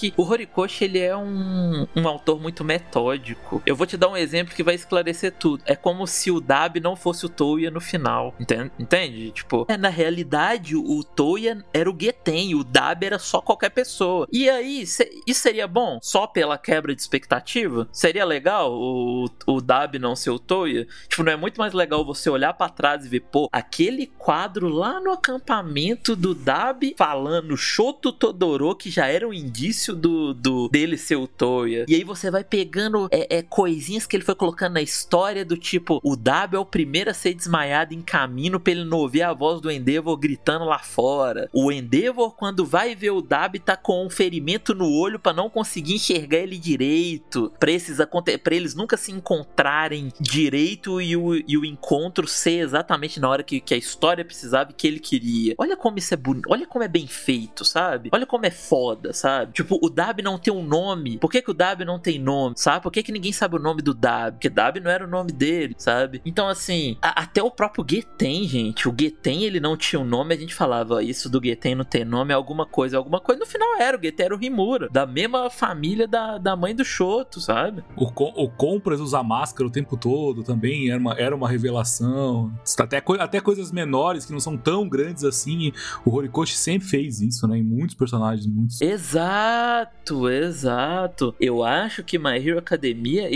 que o Horikoshi, ele é um autor muito metódico. Eu vou te dar um exemplo que vai esclarecer tudo. É como se o Dabi não fosse o Touya no final, entende? Tipo, na realidade, o Touya era o Geten, o Dabi era só qualquer pessoa. E aí, isso seria bom? Só pela quebra de expectativa? Seria legal o Dabi não ser o Touya? Tipo, não é muito mais legal você olhar pra trás e ver, pô, aquele quadro lá no acampamento do Dabi falando Shoto Todoro, que já era um indício dele ser o Touya. E aí você vai pegando coisinhas que ele foi colocando na história do tipo, o Dabi é o primeiro a ser desmaiado em caminho pra ele não ouvir a voz do Endeavor gritando lá fora. O Endeavor, quando vai ver o Dabi, tá com um ferimento no olho pra não conseguir enxergar ele direito. Pra eles nunca se encontrarem direito e o encontro ser exatamente na hora que a história precisava e que ele queria. Olha como isso é bonito, olha como é bem feito, sabe? Olha como é foda, sabe? Tipo, o Dabi não tem um nome. Por que o Dabi não tem nome, sabe? Por que ninguém sabe o nome do Dabi? Porque Dabi não era o nome dele, sabe? Então, assim, até o próprio Geten, gente, o Geten, ele não tinha um nome, a gente falava, isso do Geten não ter nome é alguma coisa. No final era, o Geten era o Rimura, da mesma família da mãe do Shoto, sabe? O Compras usa máscara o tempo todo também, era uma revelação. Até coisas menores que não são tão grandes assim, o Horikoshi sempre fez isso, né? Em muitos personagens, muitos. Exato. Eu acho que My Hero Academia,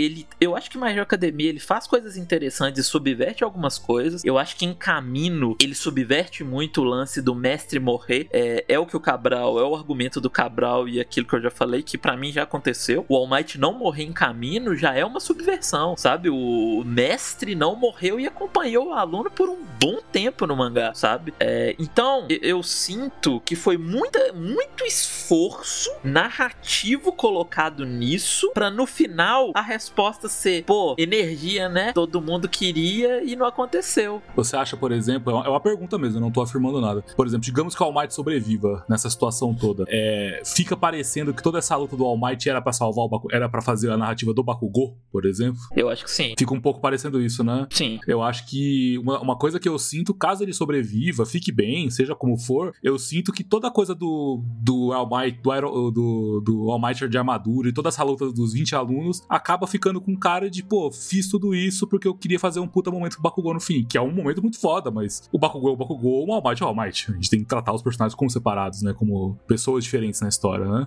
ele faz coisas interessantes e subverte algumas coisas. Eu acho que em Camino, ele subverte muito o lance do mestre morrer. É o que o Cabral, é o argumento do Cabral e aquilo que eu já falei, que pra mim já aconteceu. O All Might não morrer em Camino já é uma subversão, sabe? O mestre não morreu e acompanhou o aluno por um bom tempo no mangá, sabe? Então, eu sinto que foi muito esforço narrativo colocado nisso, pra no final a resposta ser, pô, energia, né? Todo mundo queria e não aconteceu. Você acha, por exemplo, é uma pergunta mesmo, eu não tô afirmando nada. Por exemplo, digamos que o All Might sobreviva nessa situação toda. Fica parecendo que toda essa luta do All Might era pra salvar era pra fazer a narrativa do Bakugou, por exemplo? Eu acho que sim. Fica um pouco parecendo isso, né? Sim. Eu acho que uma coisa que eu sinto, caso ele sobreviva, fique bem, seja como for, eu sinto que toda coisa do All Might, do All Might de armadura e toda essa luta dos 20 alunos acaba ficando com cara de, pô, fiz tudo isso porque eu queria fazer um puta momento com o Bakugou no fim, que é um momento muito foda, mas o Bakugou é o Bakugou, o All Might é o All Might. A gente tem que tratar os personagens como separados, né? Como pessoas diferentes na história, né?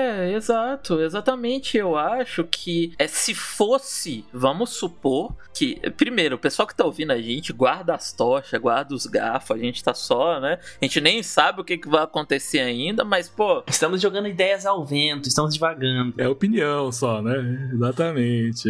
Exato, exatamente. Eu acho que se fosse, vamos supor que, primeiro, o pessoal que tá ouvindo a gente guarda as tochas, guarda os garfos, a gente tá só, né? A gente nem sabe o que vai acontecer ainda, mas, pô, estamos jogando ideias ao vento, estamos divagando. É opinião só, né? Exatamente,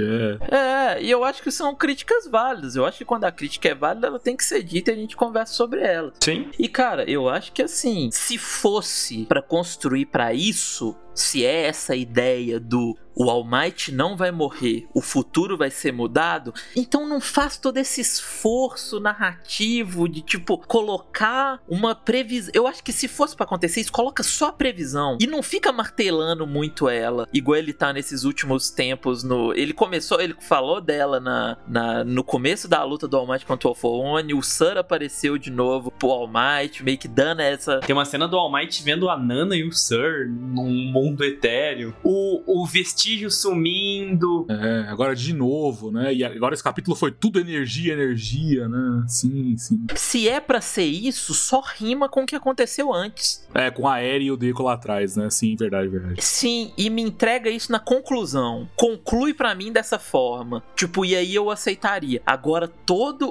e eu acho que são críticas válidas. Eu acho que quando a crítica é válida, ela tem que ser dita e a gente conversa sobre ela. Sim. E, cara, eu acho que, assim, se fosse pra construir pra isso, se é essa ideia do o All Might não vai morrer, o futuro vai ser mudado, então não faz todo esse esforço narrativo de, tipo, colocar uma previsão. Eu acho que se fosse pra acontecer isso, coloca só a previsão e não fica martelando muito ela, igual ele tá nesses últimos tempos. Ele falou dela no começo da luta do All Might contra o Alphaone, o Sun apareceu de novo pro All Might, meio que dando essa... Tem uma cena do All Might vendo a Nana e o Sur num mundo etéreo, o vestígio sumindo. Agora de novo, né? E agora esse capítulo foi tudo energia, né? Sim. Se é pra ser isso, só rima com o que aconteceu antes. Com a Eri e o Deco lá atrás, né? Sim, verdade. Sim, e me entrega isso na conclusão. Conclui pra mim dessa forma. Tipo, e aí eu aceitaria. Agora, todo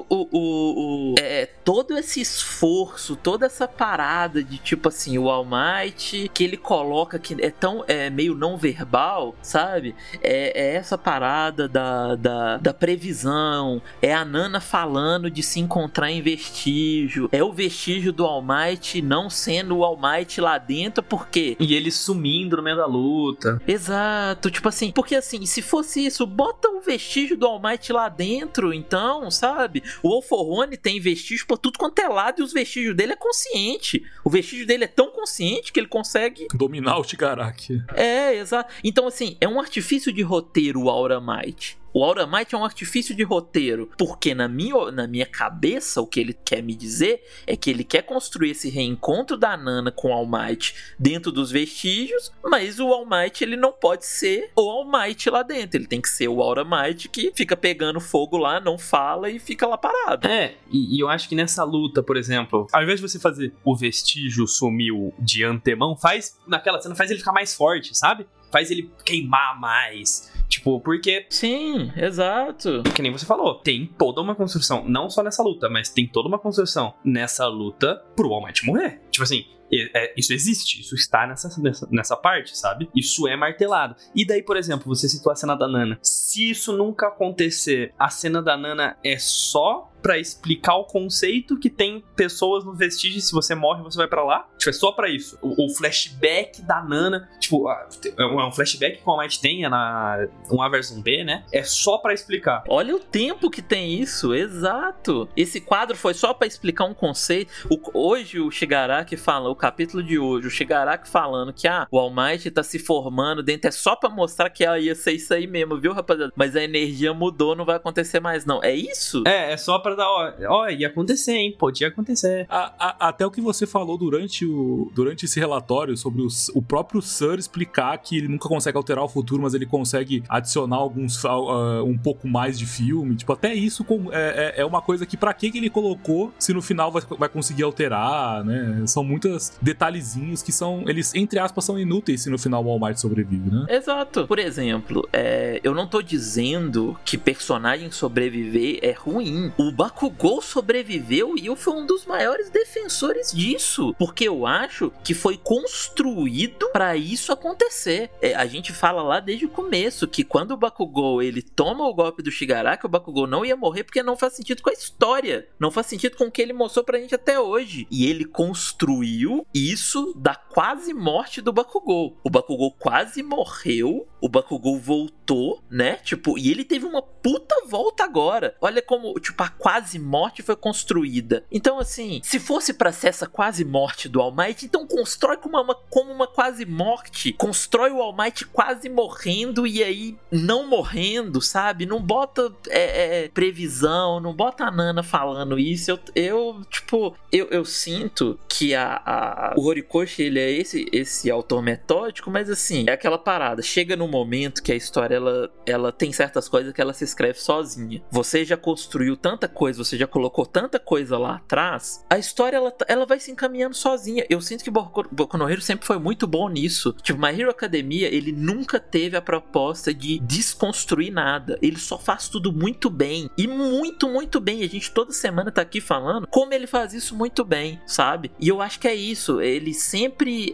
todo esse esforço, toda essa parada de, tipo assim, o All Might, que ele coloca que é meio não verbal, sabe? É essa parada da previsão, é a Nana falando de se encontrar em vestígio, é o vestígio do All Might não sendo o All Might lá dentro, por quê? E ele sumindo no meio da luta. Exato, tipo assim, porque assim, se fosse isso, bota o vestígio do All Might lá dentro, então, sabe? O Alphaone tem vestígio por tudo quanto é lado e os vestígios dele é consciente. O vestígio dele é tão consciente que ele consegue dominar o Shigaraki. Exato. Então, assim, é um artifício de roteiro o Aura Might. O All Might é um artifício de roteiro, porque na minha cabeça, o que ele quer me dizer é que ele quer construir esse reencontro da Nana com o All Might dentro dos vestígios, mas o All Might, ele não pode ser o All Might lá dentro, ele tem que ser o All Might que fica pegando fogo lá, não fala e fica lá parado. E eu acho que nessa luta, por exemplo, ao invés de você fazer o vestígio sumiu de antemão, naquela cena faz ele ficar mais forte, sabe? Faz ele queimar mais. Tipo, porque... Sim, exato. Que nem você falou, tem toda uma construção, não só nessa luta, mas tem toda uma construção nessa luta pro All Might morrer. Tipo assim, isso existe, isso está nessa parte, sabe? Isso é martelado. E daí, por exemplo, você citou a cena da Nana. Se isso nunca acontecer, a cena da Nana é só pra explicar o conceito que tem pessoas no vestígio, se você morre, você vai pra lá. Tipo, é só pra isso. O flashback da Nana, tipo, é um flashback que o All Might tem, é na 1A vs 1B, né? É só pra explicar. Olha o tempo que tem isso, exato. Esse quadro foi só pra explicar um conceito. Hoje o Shigaraki fala, o capítulo de hoje, o Shigaraki falando que o All Might tá se formando dentro, é só pra mostrar que ia ser isso aí mesmo, viu, rapaziada? Mas a energia mudou, não vai acontecer mais não. É isso? É só pra dar, ia acontecer, hein? Podia acontecer. Até o que você falou durante esse relatório sobre o próprio Sir explicar que ele nunca consegue alterar o futuro, mas ele consegue adicionar um pouco mais de filme. Tipo, até isso é uma coisa que pra que ele colocou se no final vai conseguir alterar, né? São muitos detalhezinhos que eles, entre aspas, são inúteis se no final o All Might sobrevive, né? Exato. Por exemplo, eu não tô dizendo que personagem sobreviver é ruim. O Bakugou sobreviveu e eu fui um dos maiores defensores disso, porque eu acho que foi construído pra isso acontecer. A gente fala lá desde o começo que quando o Bakugou ele toma o golpe do Shigaraki, o Bakugou não ia morrer porque não faz sentido com a história, não faz sentido com o que ele mostrou pra gente até hoje. E ele construiu isso da quase morte do Bakugou. O Bakugou quase morreu, o Bakugou voltou, né? Tipo, e ele teve uma puta volta agora. Olha como, tipo, a quase morte foi construída. Então, assim, se fosse pra ser essa quase morte do All Might, então constrói como uma quase morte. Constrói o All Might quase morrendo e aí não morrendo, sabe? Não bota previsão, não bota a Nana falando isso. Eu sinto que o Horikoshi, ele é esse autor metódico, mas assim, é aquela parada. Chega num momento que a história, ela tem certas coisas que ela se escreve sozinha. Você já construiu tanta coisa, você já colocou tanta coisa lá atrás, a história, ela vai se encaminhando sozinha. Eu sinto que Boku no Hero sempre foi muito bom nisso. Tipo, My Hero Academia, ele nunca teve a proposta de desconstruir nada. Ele só faz tudo muito bem. E muito, muito bem. A gente toda semana tá aqui falando como ele faz isso muito bem, sabe? E eu acho que é isso. Ele sempre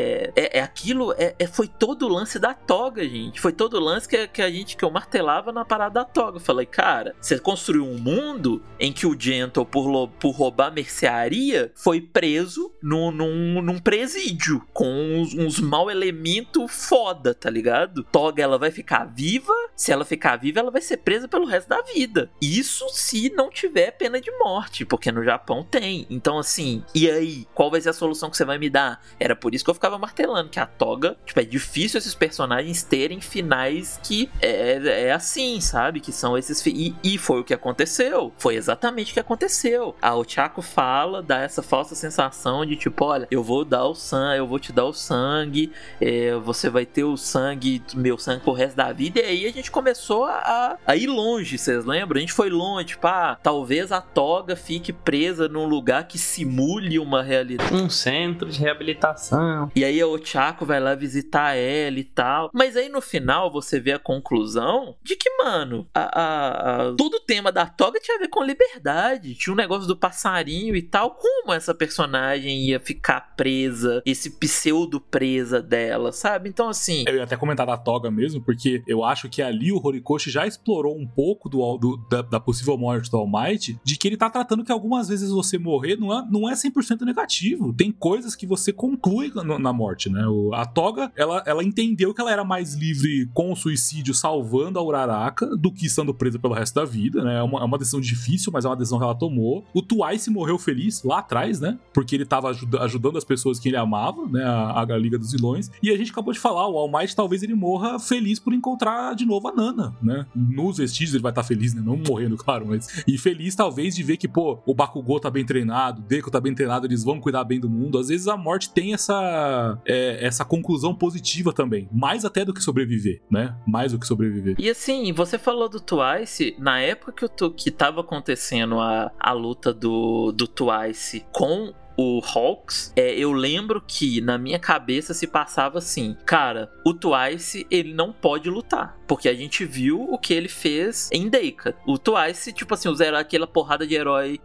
foi todo o lance da toga, gente. Foi todo o lance que eu martelava na parada da toga. Eu falei, cara, você construiu um mundo em que o Gentle, por roubar mercearia, foi preso num presídio com uns mau elementos foda, tá ligado? Toga, ela vai ficar viva. Se ela ficar viva, ela vai ser presa pelo resto da vida. Isso se não tiver pena de morte, porque no Japão tem. Então, assim, e aí? Qual vai ser a solução que você vai me dar? Era por isso que eu ficava martelando, que a toga, tipo, é difícil esses personagens terem finais que é assim, sabe? Que são esses... E foi o que aconteceu. Foi exatamente o que aconteceu. A Ochako fala, dá essa falsa sensação de tipo, olha, eu vou te dar o sangue, você vai ter o sangue, meu sangue pro resto da vida. E aí a gente começou a ir longe, vocês lembram? A gente foi longe, tipo, talvez a toga fique presa num lugar que simule uma realidade. Um centro de reabilitação. E aí a Ochako vai lá visitar ela e tal. Mas aí no final você vê a conclusão de que, mano, todo o tema da toga tinha a ver com liberdade. Tinha um negócio do passarinho e tal. Como essa personagem ia ficar presa, esse pseudo presa dela, sabe? Então, assim... Eu ia até comentar da toga mesmo, porque eu acho que ali o Horikoshi já explorou um pouco da possível morte do All Might, de que ele tá tratando que algumas vezes você morrer não é 100% negativo. Tem coisas que você conclui na morte, né? A toga, ela entendeu que ela era mais livre com o suicídio salvando a Uraraka do que estando presa pelo resto da vida, né? É uma decisão difícil, mas é uma decisão que ela tomou. O Twice morreu feliz lá atrás, né? Porque ele tava ajudando as pessoas que ele amava, né? A Liga dos Vilões. E a gente acabou de falar, o All Might talvez ele morra feliz por encontrar de novo novo a Nana, né? Nos vestígios ele vai estar feliz, né? Não morrendo, claro, mas... E feliz, talvez, de ver que, pô, o Bakugou tá bem treinado, o Deku tá bem treinado, eles vão cuidar bem do mundo. Às vezes a morte tem essa conclusão positiva também. Mais até do que sobreviver, né? Mais do que sobreviver. E assim, você falou do Twice, na época que tava acontecendo a luta do Twice com o Hawks, eu lembro que na minha cabeça se passava assim, cara, o Twice, ele não pode lutar, porque a gente viu o que ele fez em Deika. O Twice, tipo assim, aquela porrada de herói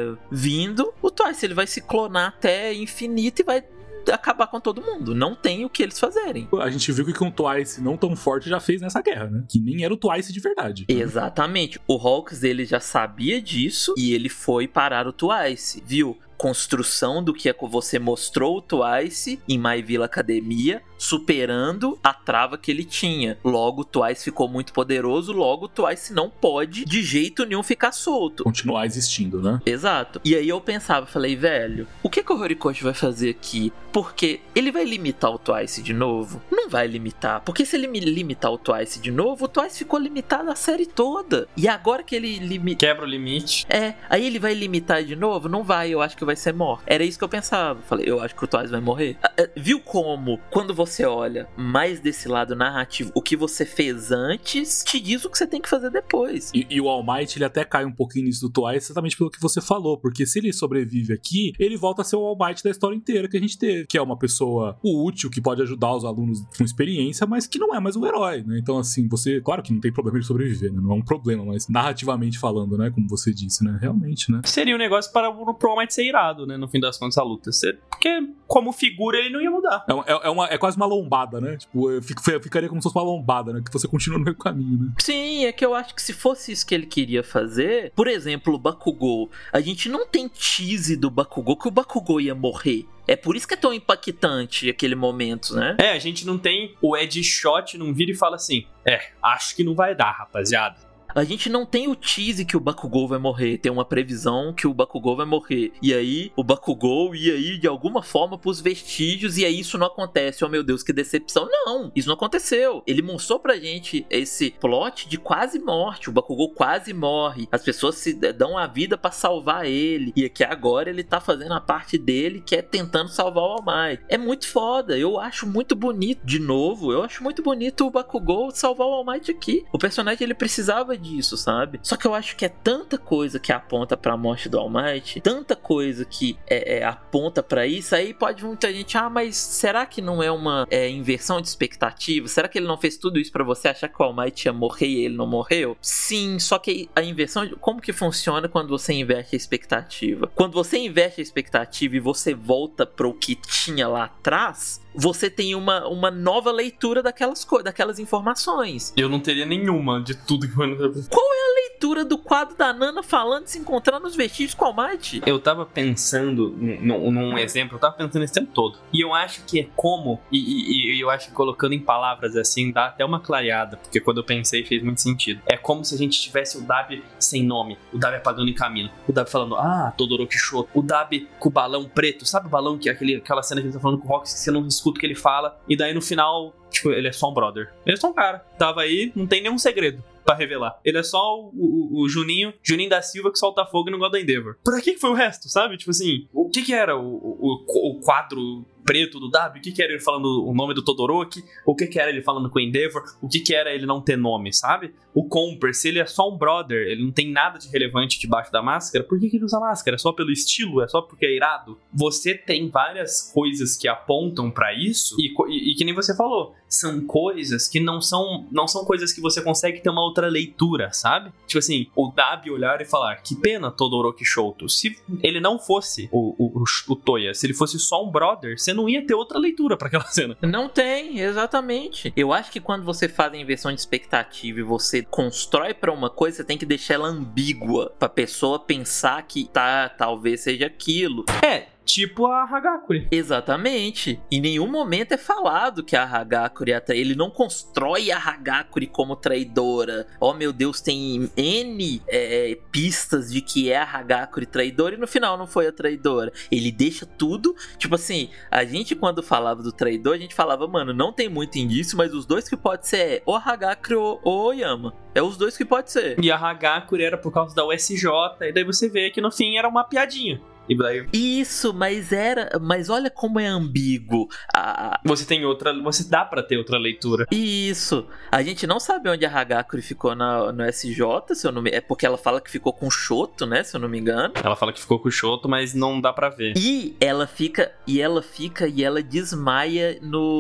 vindo, o Twice, ele vai se clonar até infinito e vai acabar com todo mundo. Não tem o que eles fazerem. A gente viu que um Twice não tão forte já fez nessa guerra, né? Que nem era o Twice de verdade. Exatamente. O Hawks, ele já sabia disso e ele foi parar o Twice, viu? Construção do que você mostrou o Twice em My Villa Academia, superando a trava que ele tinha. Logo, o Twice ficou muito poderoso, logo o Twice não pode de jeito nenhum ficar solto. Continuar existindo, né? Exato. E aí eu pensava, falei, velho, o que o Horikoshi vai fazer aqui? Porque ele vai limitar o Twice de novo? Não vai limitar, porque se ele limitar o Twice de novo, o Twice ficou limitado a série toda. E agora que ele quebra o limite. Aí ele vai limitar de novo? Não vai, eu acho que vai ser morto. Era isso que eu pensava. Falei, eu acho que o Twice vai morrer. Viu como, quando você olha mais desse lado narrativo, o que você fez antes te diz o que você tem que fazer depois. E o All Might, ele até cai um pouquinho nisso do Twice, exatamente pelo que você falou, porque se ele sobrevive aqui, ele volta a ser o All Might da história inteira que a gente teve, que é uma pessoa útil, que pode ajudar os alunos com experiência, mas que não é mais um herói, né? Então, assim, você... Claro que não tem problema de sobreviver, né? Não é um problema, mas narrativamente falando, né? Como você disse, né? Realmente, né? Seria um negócio para o All Might ser irado, né? No fim das contas, a luta. Porque, como figura, ele não ia mudar. É quase uma lombada, né? Tipo, ficaria como se fosse uma lombada, né? Que você continua no meio caminho, né? Sim, é que eu acho que se fosse isso que ele queria fazer... Por exemplo, o Bakugou. A gente não tem tease do Bakugou que o Bakugou ia morrer. É por isso que é tão impactante aquele momento, né? A gente não tem o Ed Shot, não vira e fala assim, acho que não vai dar, rapaziada. A gente não tem o tease que o Bakugou vai morrer, tem uma previsão que o Bakugou vai morrer. E aí, o Bakugou ia ir de alguma forma pros vestígios e aí isso não acontece. Oh meu Deus, que decepção. Não, isso não aconteceu. Ele mostrou pra gente esse plot de quase morte. O Bakugou quase morre. As pessoas se dão a vida pra salvar ele. E aqui agora ele tá fazendo a parte dele, que é tentando salvar o All Might. É muito foda. Eu acho muito bonito, de novo, eu acho muito bonito o Bakugou salvar o All Might aqui. O personagem, ele precisava disso, sabe? Só que eu acho que é tanta coisa que aponta pra morte do All Might, tanta coisa que aponta pra isso, aí pode muita gente, mas será que não é uma inversão de expectativa? Será que ele não fez tudo isso pra você achar que o All Might ia morrer e ele não morreu? Sim, só que a inversão, como que funciona quando você inverte a expectativa? Quando você inverte a expectativa e você volta pro que tinha lá atrás, você tem uma nova leitura daquelas informações. Eu não teria nenhuma de tudo que foi. Qual é a leitura do quadro da Nana falando de se encontrar nos vestígios com o All Might? Eu tava pensando num exemplo, eu tava pensando esse tempo todo. E eu acho que é como, e eu acho que colocando em palavras assim, dá até uma clareada, porque quando eu pensei fez muito sentido. É como se a gente tivesse o Dabi sem nome, o Dabi apagando em caminho, o Dabi falando, Todoroki Shoto, o Dabi com o balão preto, sabe o balão, que é aquela cena que ele tá falando com o Rox, que você não escuta o que ele fala, e daí no final, tipo, ele é só um brother. Ele é só um cara. Tava aí, não tem nenhum segredo pra revelar. Ele é só o Juninho da Silva que solta fogo e não gosta da Endeavor. Pra que foi o resto, sabe? Tipo assim, o que era o quadro preto do W? O que era ele falando o nome do Todoroki? O que era ele falando com o Endeavor? O que era ele não ter nome, sabe? O Comper, se ele é só um brother, ele não tem nada de relevante debaixo da máscara, por que ele usa máscara? É só pelo estilo? É só porque é irado? Você tem várias coisas que apontam pra isso e que nem você falou, são coisas que não são coisas que você consegue ter uma outra leitura, sabe? Tipo assim, o Dabi olhar e falar, que pena Todoroki Shoto. Se ele não fosse o Toya, se ele fosse só um brother, você não ia ter outra leitura pra aquela cena. Não tem, exatamente. Eu acho que quando você faz a inversão de expectativa e você constrói pra uma coisa, você tem que deixar ela ambígua pra pessoa pensar que talvez seja aquilo. Tipo a Hagakure. Exatamente. Em nenhum momento é falado que a Hagakure ele não constrói a Hagakure como traidora. Oh meu Deus, tem N pistas de que é a Hagakure traidora e no final não foi a traidora. Ele deixa tudo, tipo assim, a gente quando falava do traidor, a gente falava, mano, não tem muito indício, mas os dois que pode ser é ou a Hagakure ou o Oyama. É os dois que pode ser. E a Hagakure era por causa da USJ, e daí você vê que no fim era uma piadinha. E daí... Isso, mas olha como é ambíguo. Você dá pra ter outra leitura. Isso. A gente não sabe onde a Hagakure ficou no SJ, se eu não me... é porque ela fala que ficou com o Shoto, né, se eu não me engano. Ela fala que ficou com o Shoto, mas não dá pra ver. E ela desmaia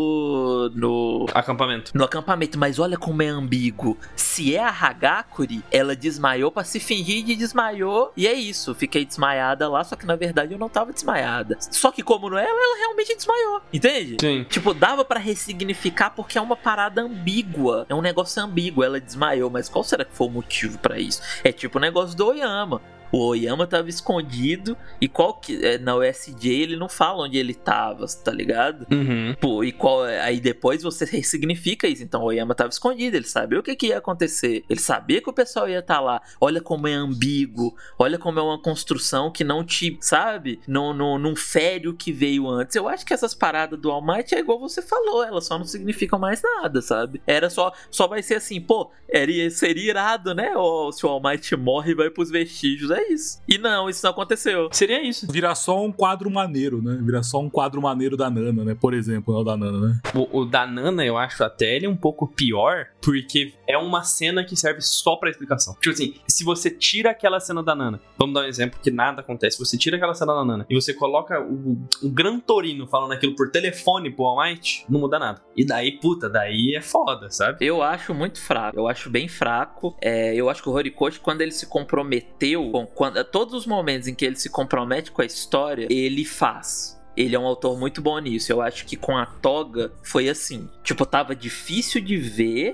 no acampamento. No acampamento, mas olha como é ambíguo. Se é a Hagakure, ela desmaiou pra se fingir de desmaiou, e é isso, fiquei desmaiada lá, só que na verdade eu não tava desmaiada. Só que como não é ela realmente desmaiou, entende? Sim. Tipo, dava pra ressignificar porque é uma parada ambígua, é um negócio ambíguo, ela desmaiou, mas qual será que foi o motivo pra isso? É tipo o negócio do Oyama. O Oyama tava escondido e na USJ ele não fala onde ele tava, tá ligado? Uhum. Pô, aí depois você ressignifica isso. Então o Oyama tava escondido, ele sabia o que ia acontecer, ele sabia que o pessoal ia estar lá. Olha como é ambíguo, olha como é uma construção que não te, sabe? Não fere o que veio antes. Eu acho que essas paradas do All Might é igual você falou, elas só não significam mais nada, sabe? Era só vai ser assim, pô, seria irado, né? Ou se o All Might morre e vai pros vestígios, é isso. E não, isso não aconteceu. Seria isso. Virar só um quadro maneiro, né? Virar só um quadro maneiro da Nana, né? Por exemplo, o da Nana, né? O da Nana, eu acho até ele um pouco pior, porque é uma cena que serve só pra explicação. Tipo assim, se você tira aquela cena da Nana, vamos dar um exemplo que nada acontece, você tira aquela cena da Nana e você coloca o Gran Torino falando aquilo por telefone pro All Might, não muda nada. E daí, puta, daí é foda, sabe? Eu acho muito fraco, eu acho bem fraco. Eu acho que o Horikoshi, quando ele se comprometeu todos os momentos em que ele se compromete com a história, ele faz. Ele é um autor muito bom nisso. Eu acho que com a Toga foi assim. Tipo, tava difícil de ver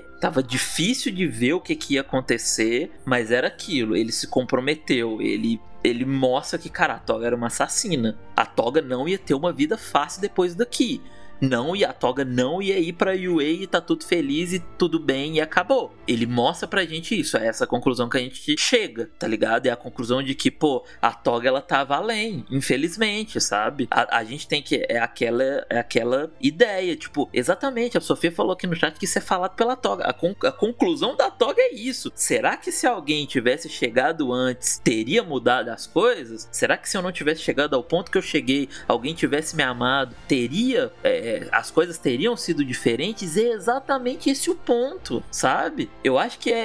o que ia acontecer, mas era aquilo. Ele se comprometeu, ele mostra que, cara, a Toga era uma assassina. A Toga não ia ter uma vida fácil depois daqui. A Toga não ia ir pra UA e tá tudo feliz e tudo bem e acabou. Ele mostra pra gente isso, é essa conclusão que a gente chega, tá ligado? É a conclusão de que, pô, a Toga ela tava além, infelizmente, sabe? A gente tem que, é aquela ideia, tipo, exatamente, a Sofia falou aqui no chat que isso é falado pela Toga. A conclusão da Toga é isso. Será que se alguém tivesse chegado antes, teria mudado as coisas? Será que se eu não tivesse chegado ao ponto que eu cheguei, alguém tivesse me amado, teria... as coisas teriam sido diferentes? É exatamente esse o ponto, sabe? Eu acho que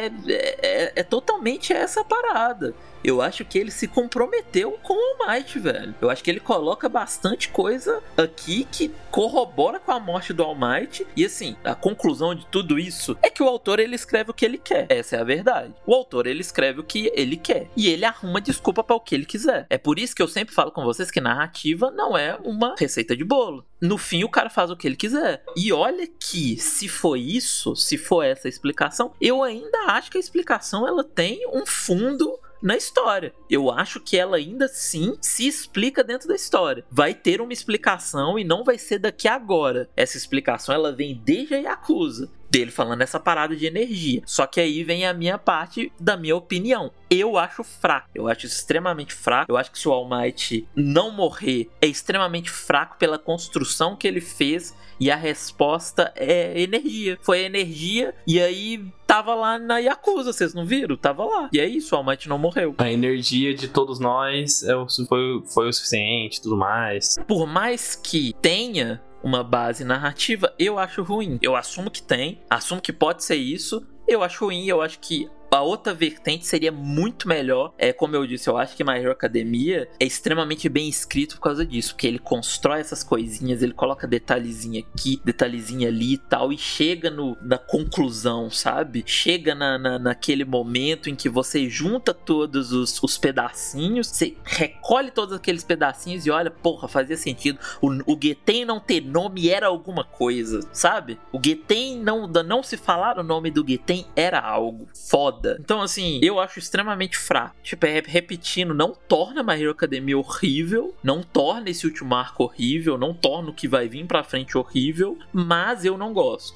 é totalmente essa parada. Eu acho que ele se comprometeu com o All Might, velho. Eu acho que ele coloca bastante coisa aqui que corrobora com a morte do All Might. E assim, a conclusão de tudo isso é que o autor, ele escreve o que ele quer. Essa é a verdade. O autor, ele escreve o que ele quer. E ele arruma desculpa para o que ele quiser. É por isso que eu sempre falo com vocês que narrativa não é uma receita de bolo. No fim, o cara faz o que ele quiser. E olha que, se for isso, se for essa explicação, eu ainda acho que a explicação, ela tem um fundo na história. Eu acho que ela ainda sim se explica dentro da história. Vai ter uma explicação e não vai ser daqui a agora. Essa explicação, ela vem desde a Yakuza, dele falando essa parada de energia. Só que aí vem a minha parte da minha opinião. Eu acho fraco. Eu acho extremamente fraco. Eu acho que se o All Might não morrer, é extremamente fraco pela construção que ele fez. E a resposta é energia. Foi energia. E aí tava lá na Yakuza, vocês não viram? Tava lá. E é isso, o All Might não morreu. A energia de todos nós foi o suficiente e tudo mais. Por mais que tenha uma base narrativa, eu acho ruim. Eu assumo que tem, assumo que pode ser isso. Eu acho ruim, eu acho que a outra vertente seria muito melhor. Como eu disse, eu acho que My Hero Academia é extremamente bem escrito por causa disso, porque ele constrói essas coisinhas, ele coloca detalhezinho aqui, detalhezinho ali e tal, e chega na conclusão, sabe? Chega naquele momento em que você junta todos os pedacinhos, você recolhe todos aqueles pedacinhos e olha, porra, fazia sentido. O Geten não ter nome era alguma coisa, sabe? O Geten não se falar o nome do Geten era algo foda. foda. Então, assim, eu acho extremamente fraco. Tipo, repetindo, não torna My Hero Academia horrível, não torna esse último arco horrível, não torna o que vai vir pra frente horrível, mas eu não gosto.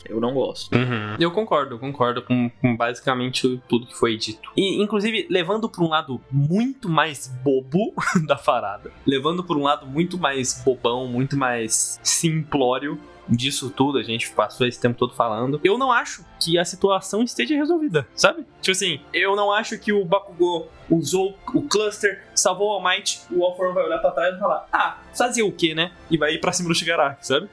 Eu concordo com basicamente tudo que foi dito. E, inclusive, levando pra um lado muito mais bobo da parada, levando pra um lado muito mais bobão, muito mais simplório disso tudo, a gente passou esse tempo todo falando, eu não acho que a situação esteja resolvida, sabe? Tipo assim, eu não acho que o Bakugou usou o cluster, salvou o All Might, o All For One vai olhar pra trás e falar, fazer o quê, né? E vai ir pra cima do Shigaraki, sabe?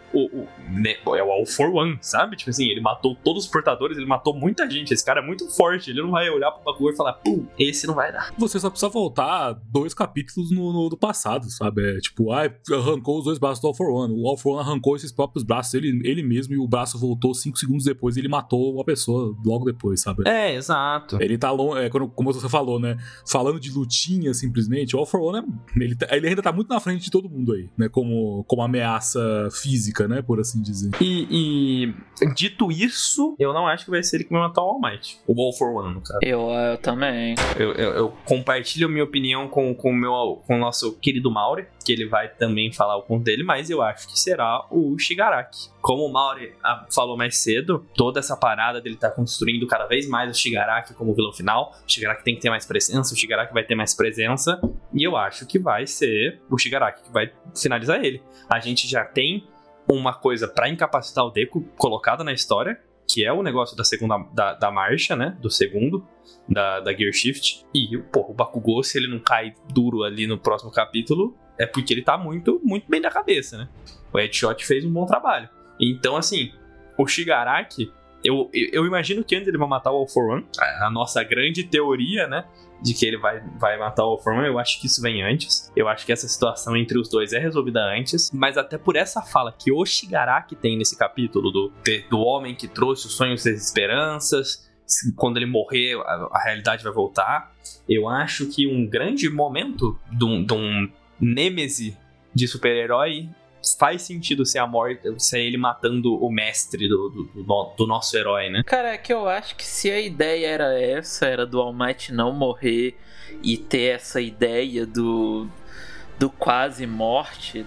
É o All For One, sabe? Tipo assim, ele matou todos os portadores, ele matou muita gente, esse cara é muito forte, ele não vai olhar pro Bakugou e falar, esse não vai dar. Você só precisa voltar 2 capítulos no passado, sabe? É tipo, arrancou os 2 braços do All For One, o All For One arrancou esses próprios braços ele mesmo, e o braço voltou 5 segundos depois e ele matou uma pessoa logo depois, sabe? Exato. Ele tá longe, como você falou, né? Falando de lutinha, simplesmente, o All For One, ele ainda tá muito na frente de todo mundo aí, né? Como ameaça física, né? Por assim dizer. E dito isso, eu não acho que vai ser ele que vai matar o All Might. O All For One, no caso. Eu também. Eu compartilho a minha opinião com o nosso querido Mauri, que ele vai também falar o ponto dele, mas eu acho que será o Shigaraki. Como o Mauri falou mais cedo, toda essa parada dele tá construindo cada vez mais o Shigaraki como vilão final. O Shigaraki tem que ter mais presença, o Shigaraki vai ter mais presença, e eu acho que vai ser o Shigaraki que vai finalizar ele. A gente já tem uma coisa pra incapacitar o Deku colocada na história, que é o negócio da segunda da marcha, né? Do segundo, da Gear Shift. E, o Bakugou, se ele não cai duro ali no próximo capítulo, é porque ele tá muito, muito bem da cabeça, né? O Headshot fez um bom trabalho. Então, assim, o Shigaraki, eu imagino que antes ele vai matar o All For One. A nossa grande teoria, né? De que ele vai matar o All For One, eu acho que isso vem antes. Eu acho que essa situação entre os dois é resolvida antes. Mas até por essa fala que o Shigaraki tem nesse capítulo do homem que trouxe os sonhos e as esperanças, quando ele morrer, a realidade vai voltar. Eu acho que um grande momento de um nêmese de super-herói faz sentido ser a morte, ser ele matando o mestre do nosso herói, né? Cara, é que eu acho que se a ideia era do All Might não morrer e ter essa ideia do quase morte,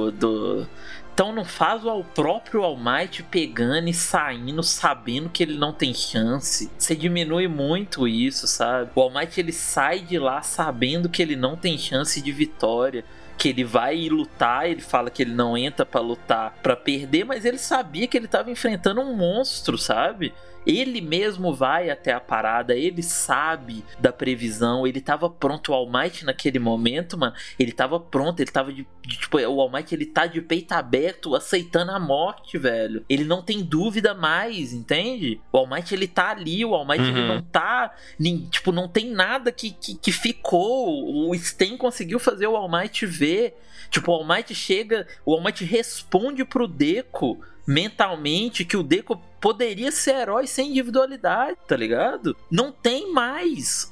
então não faz o próprio All Might pegando e saindo, sabendo que ele não tem chance. Você diminui muito isso, sabe? O All Might, ele sai de lá sabendo que ele não tem chance de vitória, que ele vai lutar, ele fala que ele não entra pra lutar pra perder, mas ele sabia que ele tava enfrentando um monstro, sabe? Ele mesmo vai até a parada, ele sabe da previsão, ele tava pronto. O All Might naquele momento, mano, ele tava pronto, ele tava tipo, o All Might, ele tá de peito aberto, aceitando a morte, velho. Ele não tem dúvida mais, entende? O All Might, ele tá ali, o All Might, ele não tá, tipo, não tem nada que ficou. O Sten conseguiu fazer o All Might ver. Tipo, o All Might chega, o All Might responde pro Deku mentalmente que o Deku poderia ser herói sem individualidade, tá ligado? Não tem mais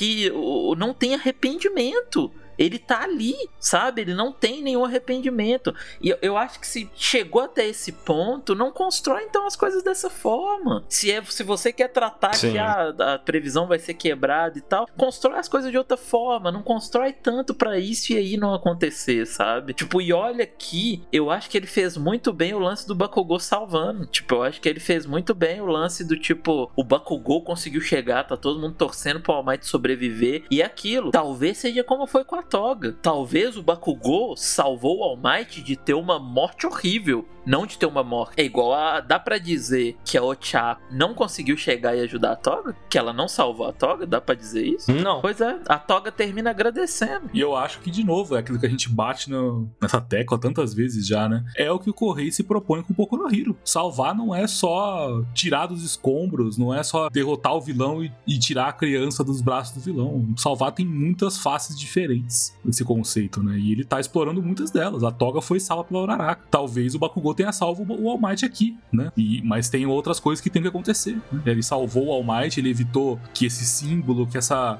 não tem arrependimento. Ele tá ali, sabe? Ele não tem nenhum arrependimento. E eu acho que se chegou até esse ponto, não constrói então as coisas dessa forma. Se você quer tratar que a previsão vai ser quebrada e tal, constrói as coisas de outra forma. Não constrói tanto pra isso e aí não acontecer, sabe? Tipo, e olha aqui, eu acho que ele fez muito bem o lance do Bakugou salvando. Tipo, eu acho que ele fez muito bem o lance do tipo, o Bakugou conseguiu chegar, tá todo mundo torcendo pro All Might sobreviver. E aquilo, talvez seja como foi com a Toga. Talvez o Bakugou salvou o All Might de ter uma morte horrível, não de ter uma morte. É igual dá pra dizer que a Ochako não conseguiu chegar e ajudar a Toga? Que ela não salvou a Toga? Dá pra dizer isso? Não. Pois é, a Toga termina agradecendo. E eu acho que, de novo, é aquilo que a gente bate nessa tecla tantas vezes já, né? É o que o Correio se propõe com o Boku no Hero. Salvar não é só tirar dos escombros, não é só derrotar o vilão e tirar a criança dos braços do vilão. Salvar tem muitas faces diferentes, esse conceito, né? E ele tá explorando muitas delas. A Toga foi salva pela Uraraka. Talvez o Bakugou tenha salvo o All Might aqui, né? Mas tem outras coisas que tem que acontecer, né? Ele salvou o All Might, ele evitou que esse símbolo, que essa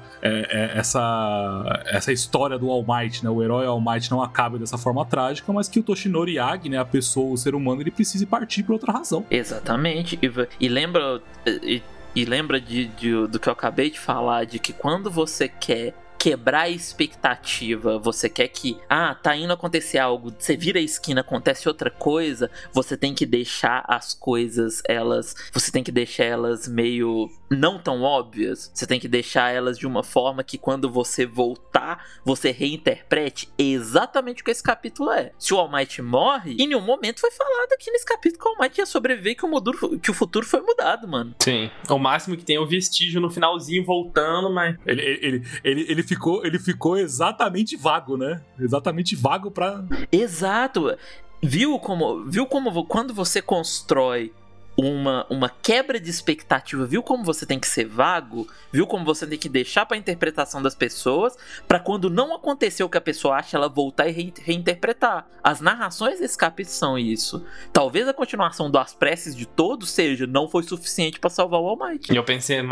história do All Might, né? O herói All Might não acabe dessa forma trágica, mas que o Toshinori Yagi, né? A pessoa, o ser humano, ele precise partir por outra razão. Exatamente. E lembra... e lembra do que eu acabei de falar, de que quando você quer quebrar a expectativa, você quer que, tá indo acontecer algo, você vira a esquina, acontece outra coisa, você tem que deixar as coisas, você tem que deixar elas meio não tão óbvias, você tem que deixar elas de uma forma que quando você voltar, você reinterprete exatamente o que esse capítulo é. Se o All Might morre, em nenhum momento foi falado aqui nesse capítulo que o All Might ia sobreviver e que o futuro foi mudado, mano. Sim. O máximo que tem é o vestígio no finalzinho voltando, mas... Ele ficou exatamente vago, né? Exatamente vago pra... Exato. Viu como quando você constrói uma quebra de expectativa, viu como você tem que ser vago, viu como você tem que deixar pra interpretação das pessoas, pra quando não acontecer o que a pessoa acha, ela voltar e reinterpretar. As narrações desse capítulo são isso. Talvez a continuação das preces de todos seja, não foi suficiente pra salvar o All Might. E eu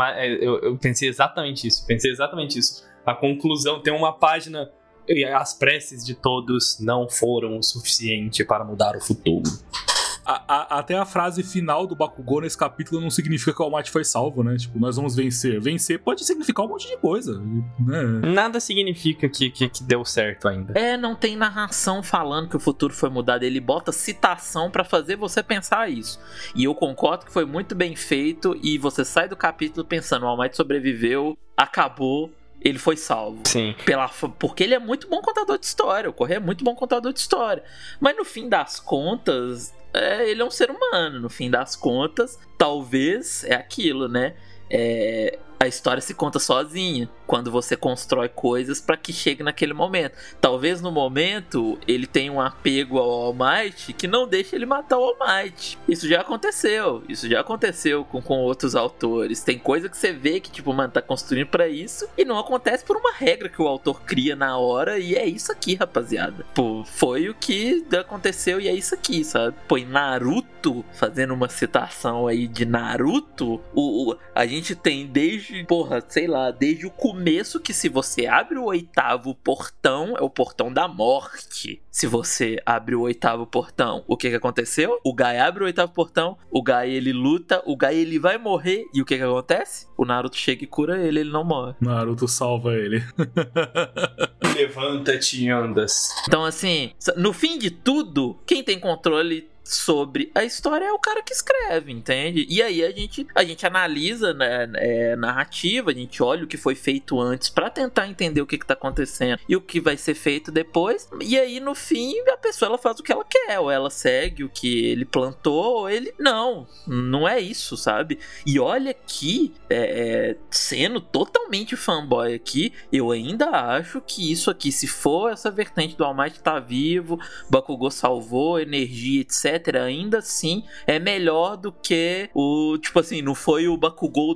pensei exatamente isso. A conclusão, tem uma página, as preces de todos não foram o suficiente para mudar o futuro. Até a frase final do Bakugou nesse capítulo não significa que o All Might foi salvo, né? Tipo, nós vamos vencer. Vencer pode significar um monte de coisa, né? Nada significa que deu certo ainda. Não tem narração falando que o futuro foi mudado. Ele bota citação pra fazer você pensar isso. E eu concordo que foi muito bem feito. E você sai do capítulo pensando, o All Might sobreviveu, acabou, ele foi salvo. Sim. Porque ele é muito bom contador de história. O Correia é muito bom contador de história. Mas no fim das contas... ele é um ser humano, no fim das contas, talvez é aquilo, né? A história se conta sozinha, quando você constrói coisas pra que chegue naquele momento. Talvez no momento ele tenha um apego ao All Might que não deixa ele matar o All Might. Isso já aconteceu com outros autores. Tem coisa que você vê que, tipo, mano, tá construindo pra isso e não acontece por uma regra que o autor cria na hora, e é isso aqui, rapaziada. Pô, foi o que aconteceu e é isso aqui, sabe? Pô, em Naruto, fazendo uma citação aí de Naruto, a gente tem desde o começo que se você abre o 8º portão, é o portão da morte. Se você abre o 8º portão, o que aconteceu? O Gai abre o 8º portão, o Gai ele luta, o Gai ele vai morrer, e o que acontece? O Naruto chega e cura ele não morre. Naruto salva ele. Levanta-te e andas. Então assim, no fim de tudo, quem tem controle sobre a história é o cara que escreve, entende? E aí a gente analisa, né, narrativa, a gente olha o que foi feito antes pra tentar entender o que tá acontecendo e o que vai ser feito depois, e aí no fim a pessoa ela faz o que ela quer, ou ela segue o que ele plantou, ou ele não é isso, sabe? E olha que sendo totalmente fanboy aqui, eu ainda acho que isso aqui, se for essa vertente do All Might tá vivo, Bakugou salvou, energia, etc, ainda assim é melhor do que tipo assim, não foi o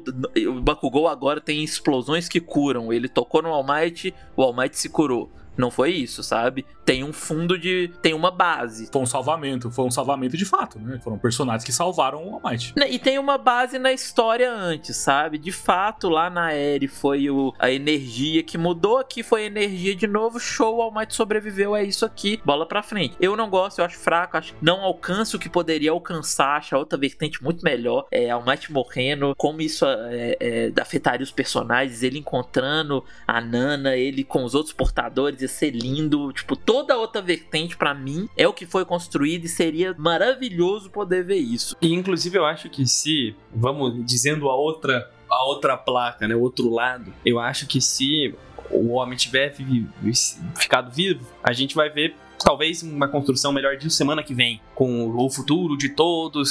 Bakugou agora tem explosões que curam, ele tocou no All Might, o All Might se curou. Não foi isso, sabe? Tem um fundo tem uma base. Foi um salvamento de fato, né? Foram personagens que salvaram o All Might. E tem uma base na história antes, sabe? De fato, lá na Eri foi a energia que mudou, aqui foi a energia de novo, show, o All Might sobreviveu, é isso aqui, bola pra frente. Eu não gosto, eu acho fraco, acho que não alcança o que poderia alcançar, acho a outra vertente muito melhor. All Might morrendo, como isso afetaria os personagens, ele encontrando a Nana, ele com os outros portadores, ser lindo, tipo, toda a outra vertente pra mim é o que foi construído e seria maravilhoso poder ver isso. E inclusive eu acho que se, vamos dizendo a outra placa, né, o outro lado, eu acho que se o homem tiver ficado vivo, a gente vai ver talvez uma construção melhor disso semana que vem, com o futuro de todos,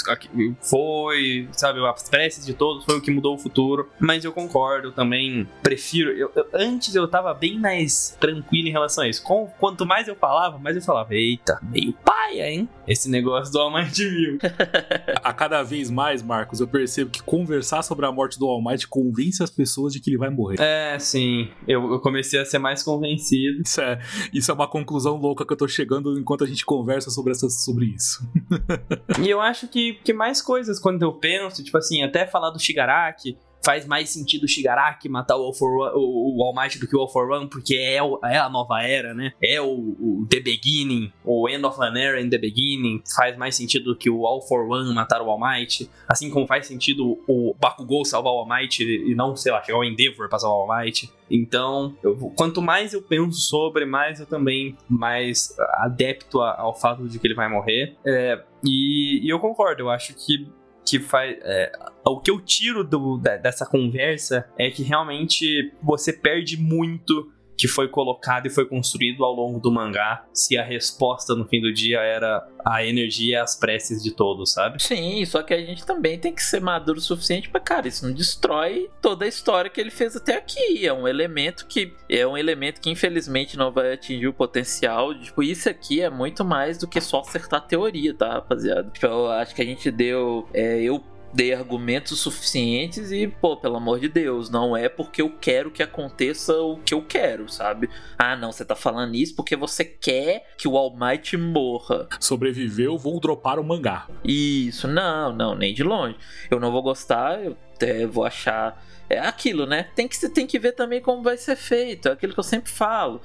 foi, sabe, as preces de todos foi o que mudou o futuro, mas eu concordo, também prefiro, antes eu tava bem mais tranquilo em relação a isso, quanto mais eu falava, eita, meio paia, hein, esse negócio do All Might viu. A cada vez mais, Marcos, eu percebo que conversar sobre a morte do All Might convence as pessoas de que ele vai morrer. Sim, eu comecei a ser mais convencido. Isso é uma conclusão louca que eu tô chegando enquanto a gente conversa sobre isso. E eu acho que mais coisas quando eu penso, tipo assim, até falar do Shigaraki, faz mais sentido o Shigaraki matar o All Might do que o All For One, porque é a nova era, né? É o The Beginning, o End of an Era in The Beginning. Faz mais sentido do que o All For One matar o All Might, assim como faz sentido o Bakugou salvar o All Might e não, sei lá, chegar ao Endeavor pra salvar o All Might. Então, quanto mais eu penso sobre, mais eu também mais adepto ao fato de que ele vai morrer. E eu concordo, eu acho que faz. O que eu tiro dessa conversa é que realmente você perde muito que foi colocado e foi construído ao longo do mangá, se a resposta no fim do dia era a energia e as preces de todos, sabe? Sim, só que a gente também tem que ser maduro o suficiente pra, cara, isso não destrói toda a história que ele fez até aqui. É um elemento que infelizmente não vai atingir o potencial. Tipo, isso aqui é muito mais do que só acertar teoria, tá, rapaziada? Tipo, eu acho que a gente deu... eu dei argumentos suficientes e, pô, pelo amor de Deus, não é porque eu quero que aconteça o que eu quero, sabe? Ah, não, você tá falando isso porque você quer que o All Might morra. Sobreviveu, vou dropar o mangá. Isso, não, nem de longe. Eu não vou gostar, eu vou achar... É aquilo, né? Tem que ver também como vai ser feito. É aquilo que eu sempre falo.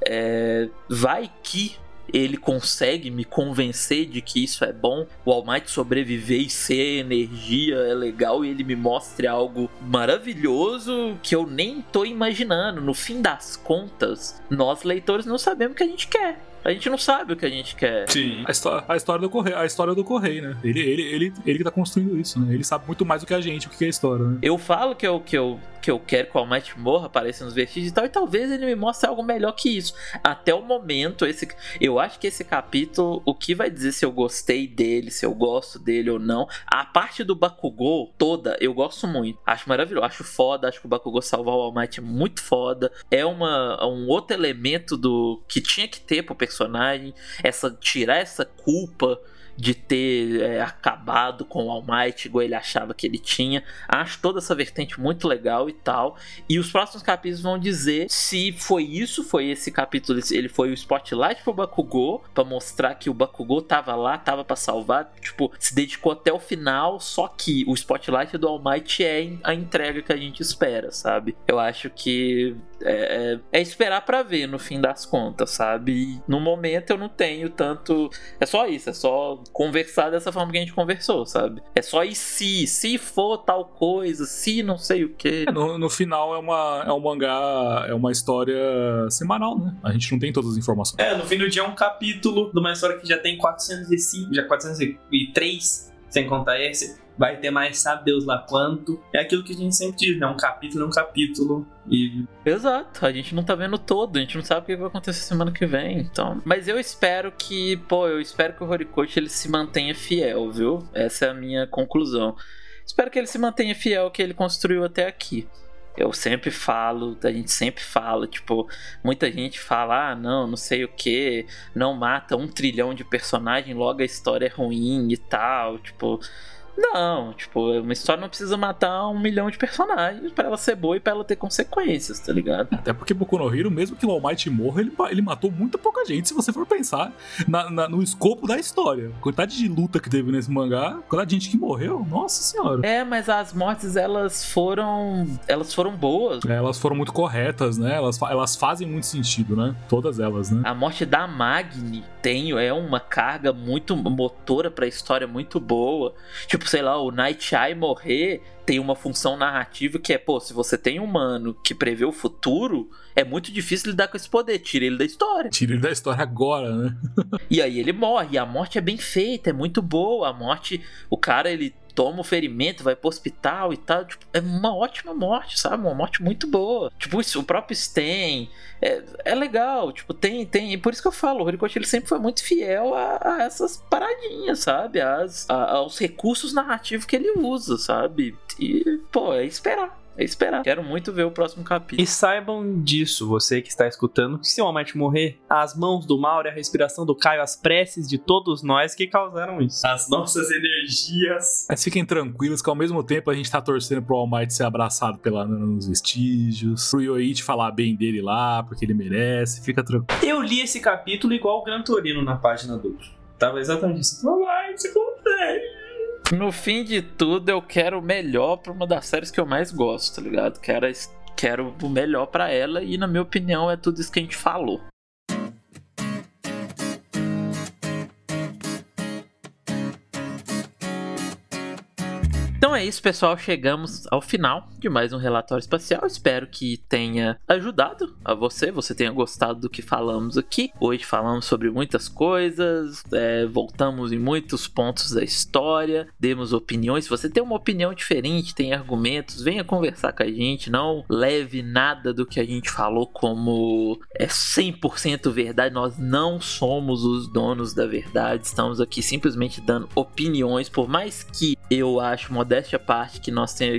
Vai que ele consegue me convencer de que isso é bom, o All Might sobreviver e ser energia é legal, e ele me mostre algo maravilhoso que eu nem tô imaginando. No fim das contas, nós leitores não sabemos o que a gente quer. A gente não sabe o que a gente quer. Sim. A história do Correio, né? Ele que tá construindo isso, né? Ele sabe muito mais do que a gente o que é a história, né? Eu falo que eu quero que o All Might morra, apareça nos vestígios e tal, e talvez ele me mostre algo melhor que isso. Até o momento, eu acho que esse capítulo, o que vai dizer se eu gostei dele, se eu gosto dele ou não, a parte do Bakugou toda, eu gosto muito. Acho maravilhoso, acho foda, acho que o Bakugou salvar o All Might é muito foda. É um outro elemento que tinha que ter pro personagem, tirar essa culpa de ter acabado com o All Might igual ele achava que ele tinha. Acho toda essa vertente muito legal e tal, e os próximos capítulos vão dizer se foi esse capítulo, ele foi o spotlight pro Bakugou, pra mostrar que o Bakugou tava lá, tava pra salvar, tipo, se dedicou até o final, só que o spotlight do All Might é a entrega que a gente espera, sabe? Eu acho que é esperar pra ver no fim das contas, sabe? E no momento eu não tenho tanto... É só isso, é só conversar dessa forma que a gente conversou, sabe? É só e se for tal coisa, se não sei o que. No final é um mangá, é uma história semanal, né? A gente não tem todas as informações. No fim do dia é um capítulo de uma história que já tem 405, já 403, sem contar esse. Vai ter mais, sabe Deus lá quanto. É aquilo que a gente sempre diz, né? Um capítulo é um capítulo. Exato, a gente não tá vendo todo, a gente não sabe o que vai acontecer semana que vem, então. Mas eu espero que o Horikoshi ele se mantenha fiel, viu? Essa é a minha conclusão. Espero que ele se mantenha fiel ao que ele construiu até aqui. Eu sempre falo, a gente sempre fala, tipo, muita gente fala, não sei o que, não mata 1 trilhão de personagem, logo a história é ruim e tal, tipo... Não, tipo, uma história não precisa matar 1 milhão de personagens pra ela ser boa e pra ela ter consequências, tá ligado? Até porque Boku no Hero, mesmo que o All Might morra, ele matou muita pouca gente, se você for pensar no escopo da história. A quantidade de luta que teve nesse mangá, a quantidade de gente que morreu, nossa senhora. Mas as mortes, elas foram boas. Elas foram muito corretas, né? Elas fazem muito sentido, né? Todas elas, né? A morte da Magni é uma carga muito motora pra história muito boa. Tipo, sei lá, o Night Eye morrer tem uma função narrativa que é, se você tem um humano que prevê o futuro, é muito difícil lidar com esse poder. Tira ele da história. Tira ele da história agora, né? E aí ele morre. E a morte é bem feita, é muito boa. A morte, o cara, ele toma o ferimento, vai pro hospital e tal. Tipo, é uma ótima morte, sabe? Uma morte muito boa. Tipo, o próprio Sten é legal. Tipo, tem. E por isso que eu falo, o Horikoshi ele sempre foi muito fiel a essas paradinhas, sabe? Aos recursos narrativos que ele usa, sabe? E, é esperar. Quero muito ver o próximo capítulo. E saibam disso, você que está escutando, que se o All Might morrer, as mãos do Mauri, a respiração do Caio, as preces de todos nós que causaram isso. As nossas energias. Mas fiquem tranquilos que ao mesmo tempo a gente tá torcendo pro All Might ser abraçado nos vestígios, pro Yoichi falar bem dele lá, porque ele merece, fica tranquilo. Eu li esse capítulo igual o Gran Torino na página dupla. Tava exatamente isso. All Might, você consegue. No fim de tudo, eu quero o melhor pra uma das séries que eu mais gosto, tá ligado? Quero o melhor pra ela e, na minha opinião, é tudo isso que a gente falou. Então é isso, pessoal. Chegamos ao final de mais um relatório espacial. Espero que tenha ajudado a você tenha gostado do que falamos aqui. Hoje falamos sobre muitas coisas, voltamos em muitos pontos da história, demos opiniões. Se você tem uma opinião diferente, tem argumentos, venha conversar com a gente. Não leve nada do que a gente falou como 100% verdade. Nós não somos os donos da verdade. Estamos aqui simplesmente dando opiniões. Por mais que eu acho, modéstia à parte, que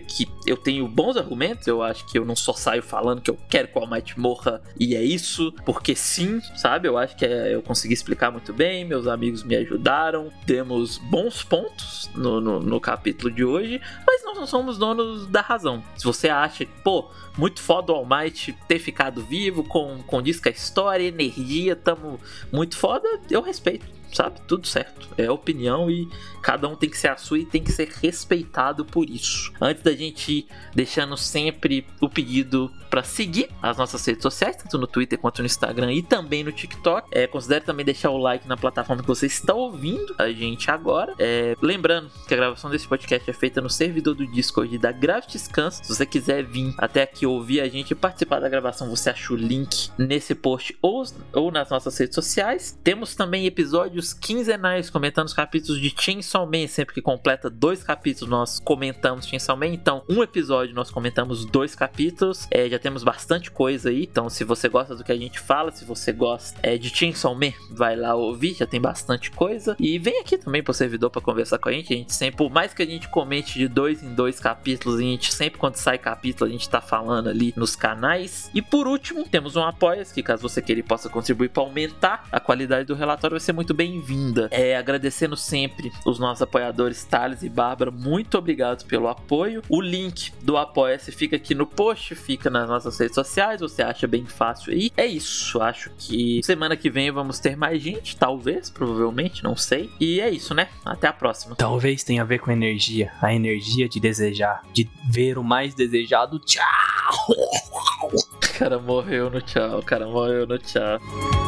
eu tenho bons argumentos, eu acho que eu não só saio falando que eu quero que o All Might morra e é isso, porque sim, sabe? Eu acho que eu consegui explicar muito bem, meus amigos me ajudaram, temos bons pontos no capítulo de hoje, mas nós não somos donos da razão. Se você acha que, muito foda o All Might ter ficado vivo, condiz com a história, energia, tamo muito foda, eu respeito, sabe? Tudo certo. É opinião e cada um tem que ser a sua e tem que ser respeitado por isso. Antes da gente ir deixando sempre o pedido para seguir as nossas redes sociais, tanto no Twitter quanto no Instagram e também no TikTok. Considere também deixar o like na plataforma que você está ouvindo a gente agora. Lembrando que a gravação desse podcast é feita no servidor do Discord da Gravity Scans. Se você quiser vir até aqui ouvir a gente e participar da gravação, você acha o link nesse post ou nas nossas redes sociais. Temos também episódios quinzenais comentando os capítulos de Chainsaw Man. Sempre que completa 2 capítulos nós comentamos Chainsaw Man. Então, um episódio nós comentamos 2 capítulos. Já temos bastante coisa aí. Então, se você gosta do que a gente fala, se você gosta de Chainsaw Man, vai lá ouvir, já tem bastante coisa. E vem aqui também pro servidor pra conversar com a gente. A gente sempre, por mais que a gente comente de 2 em 2 capítulos, a gente sempre, quando sai capítulo, a gente tá falando ali nos canais. E por último, temos um Apoia-se, que caso você queira e possa contribuir para aumentar a qualidade do relatório, vai ser muito bem-vinda. Agradecendo sempre os nossos apoiadores Thales e Bárbara, muito obrigado pelo apoio. O link do Apoia-se fica aqui no post, fica nas nossas redes sociais, você acha bem fácil aí. É isso, acho que semana que vem vamos ter mais gente, talvez, provavelmente, não sei. E é isso, né? Até a próxima. Talvez tenha a ver com energia, a energia de desejar, de ver o mais desejado. Tchau! O cara morreu no tchau.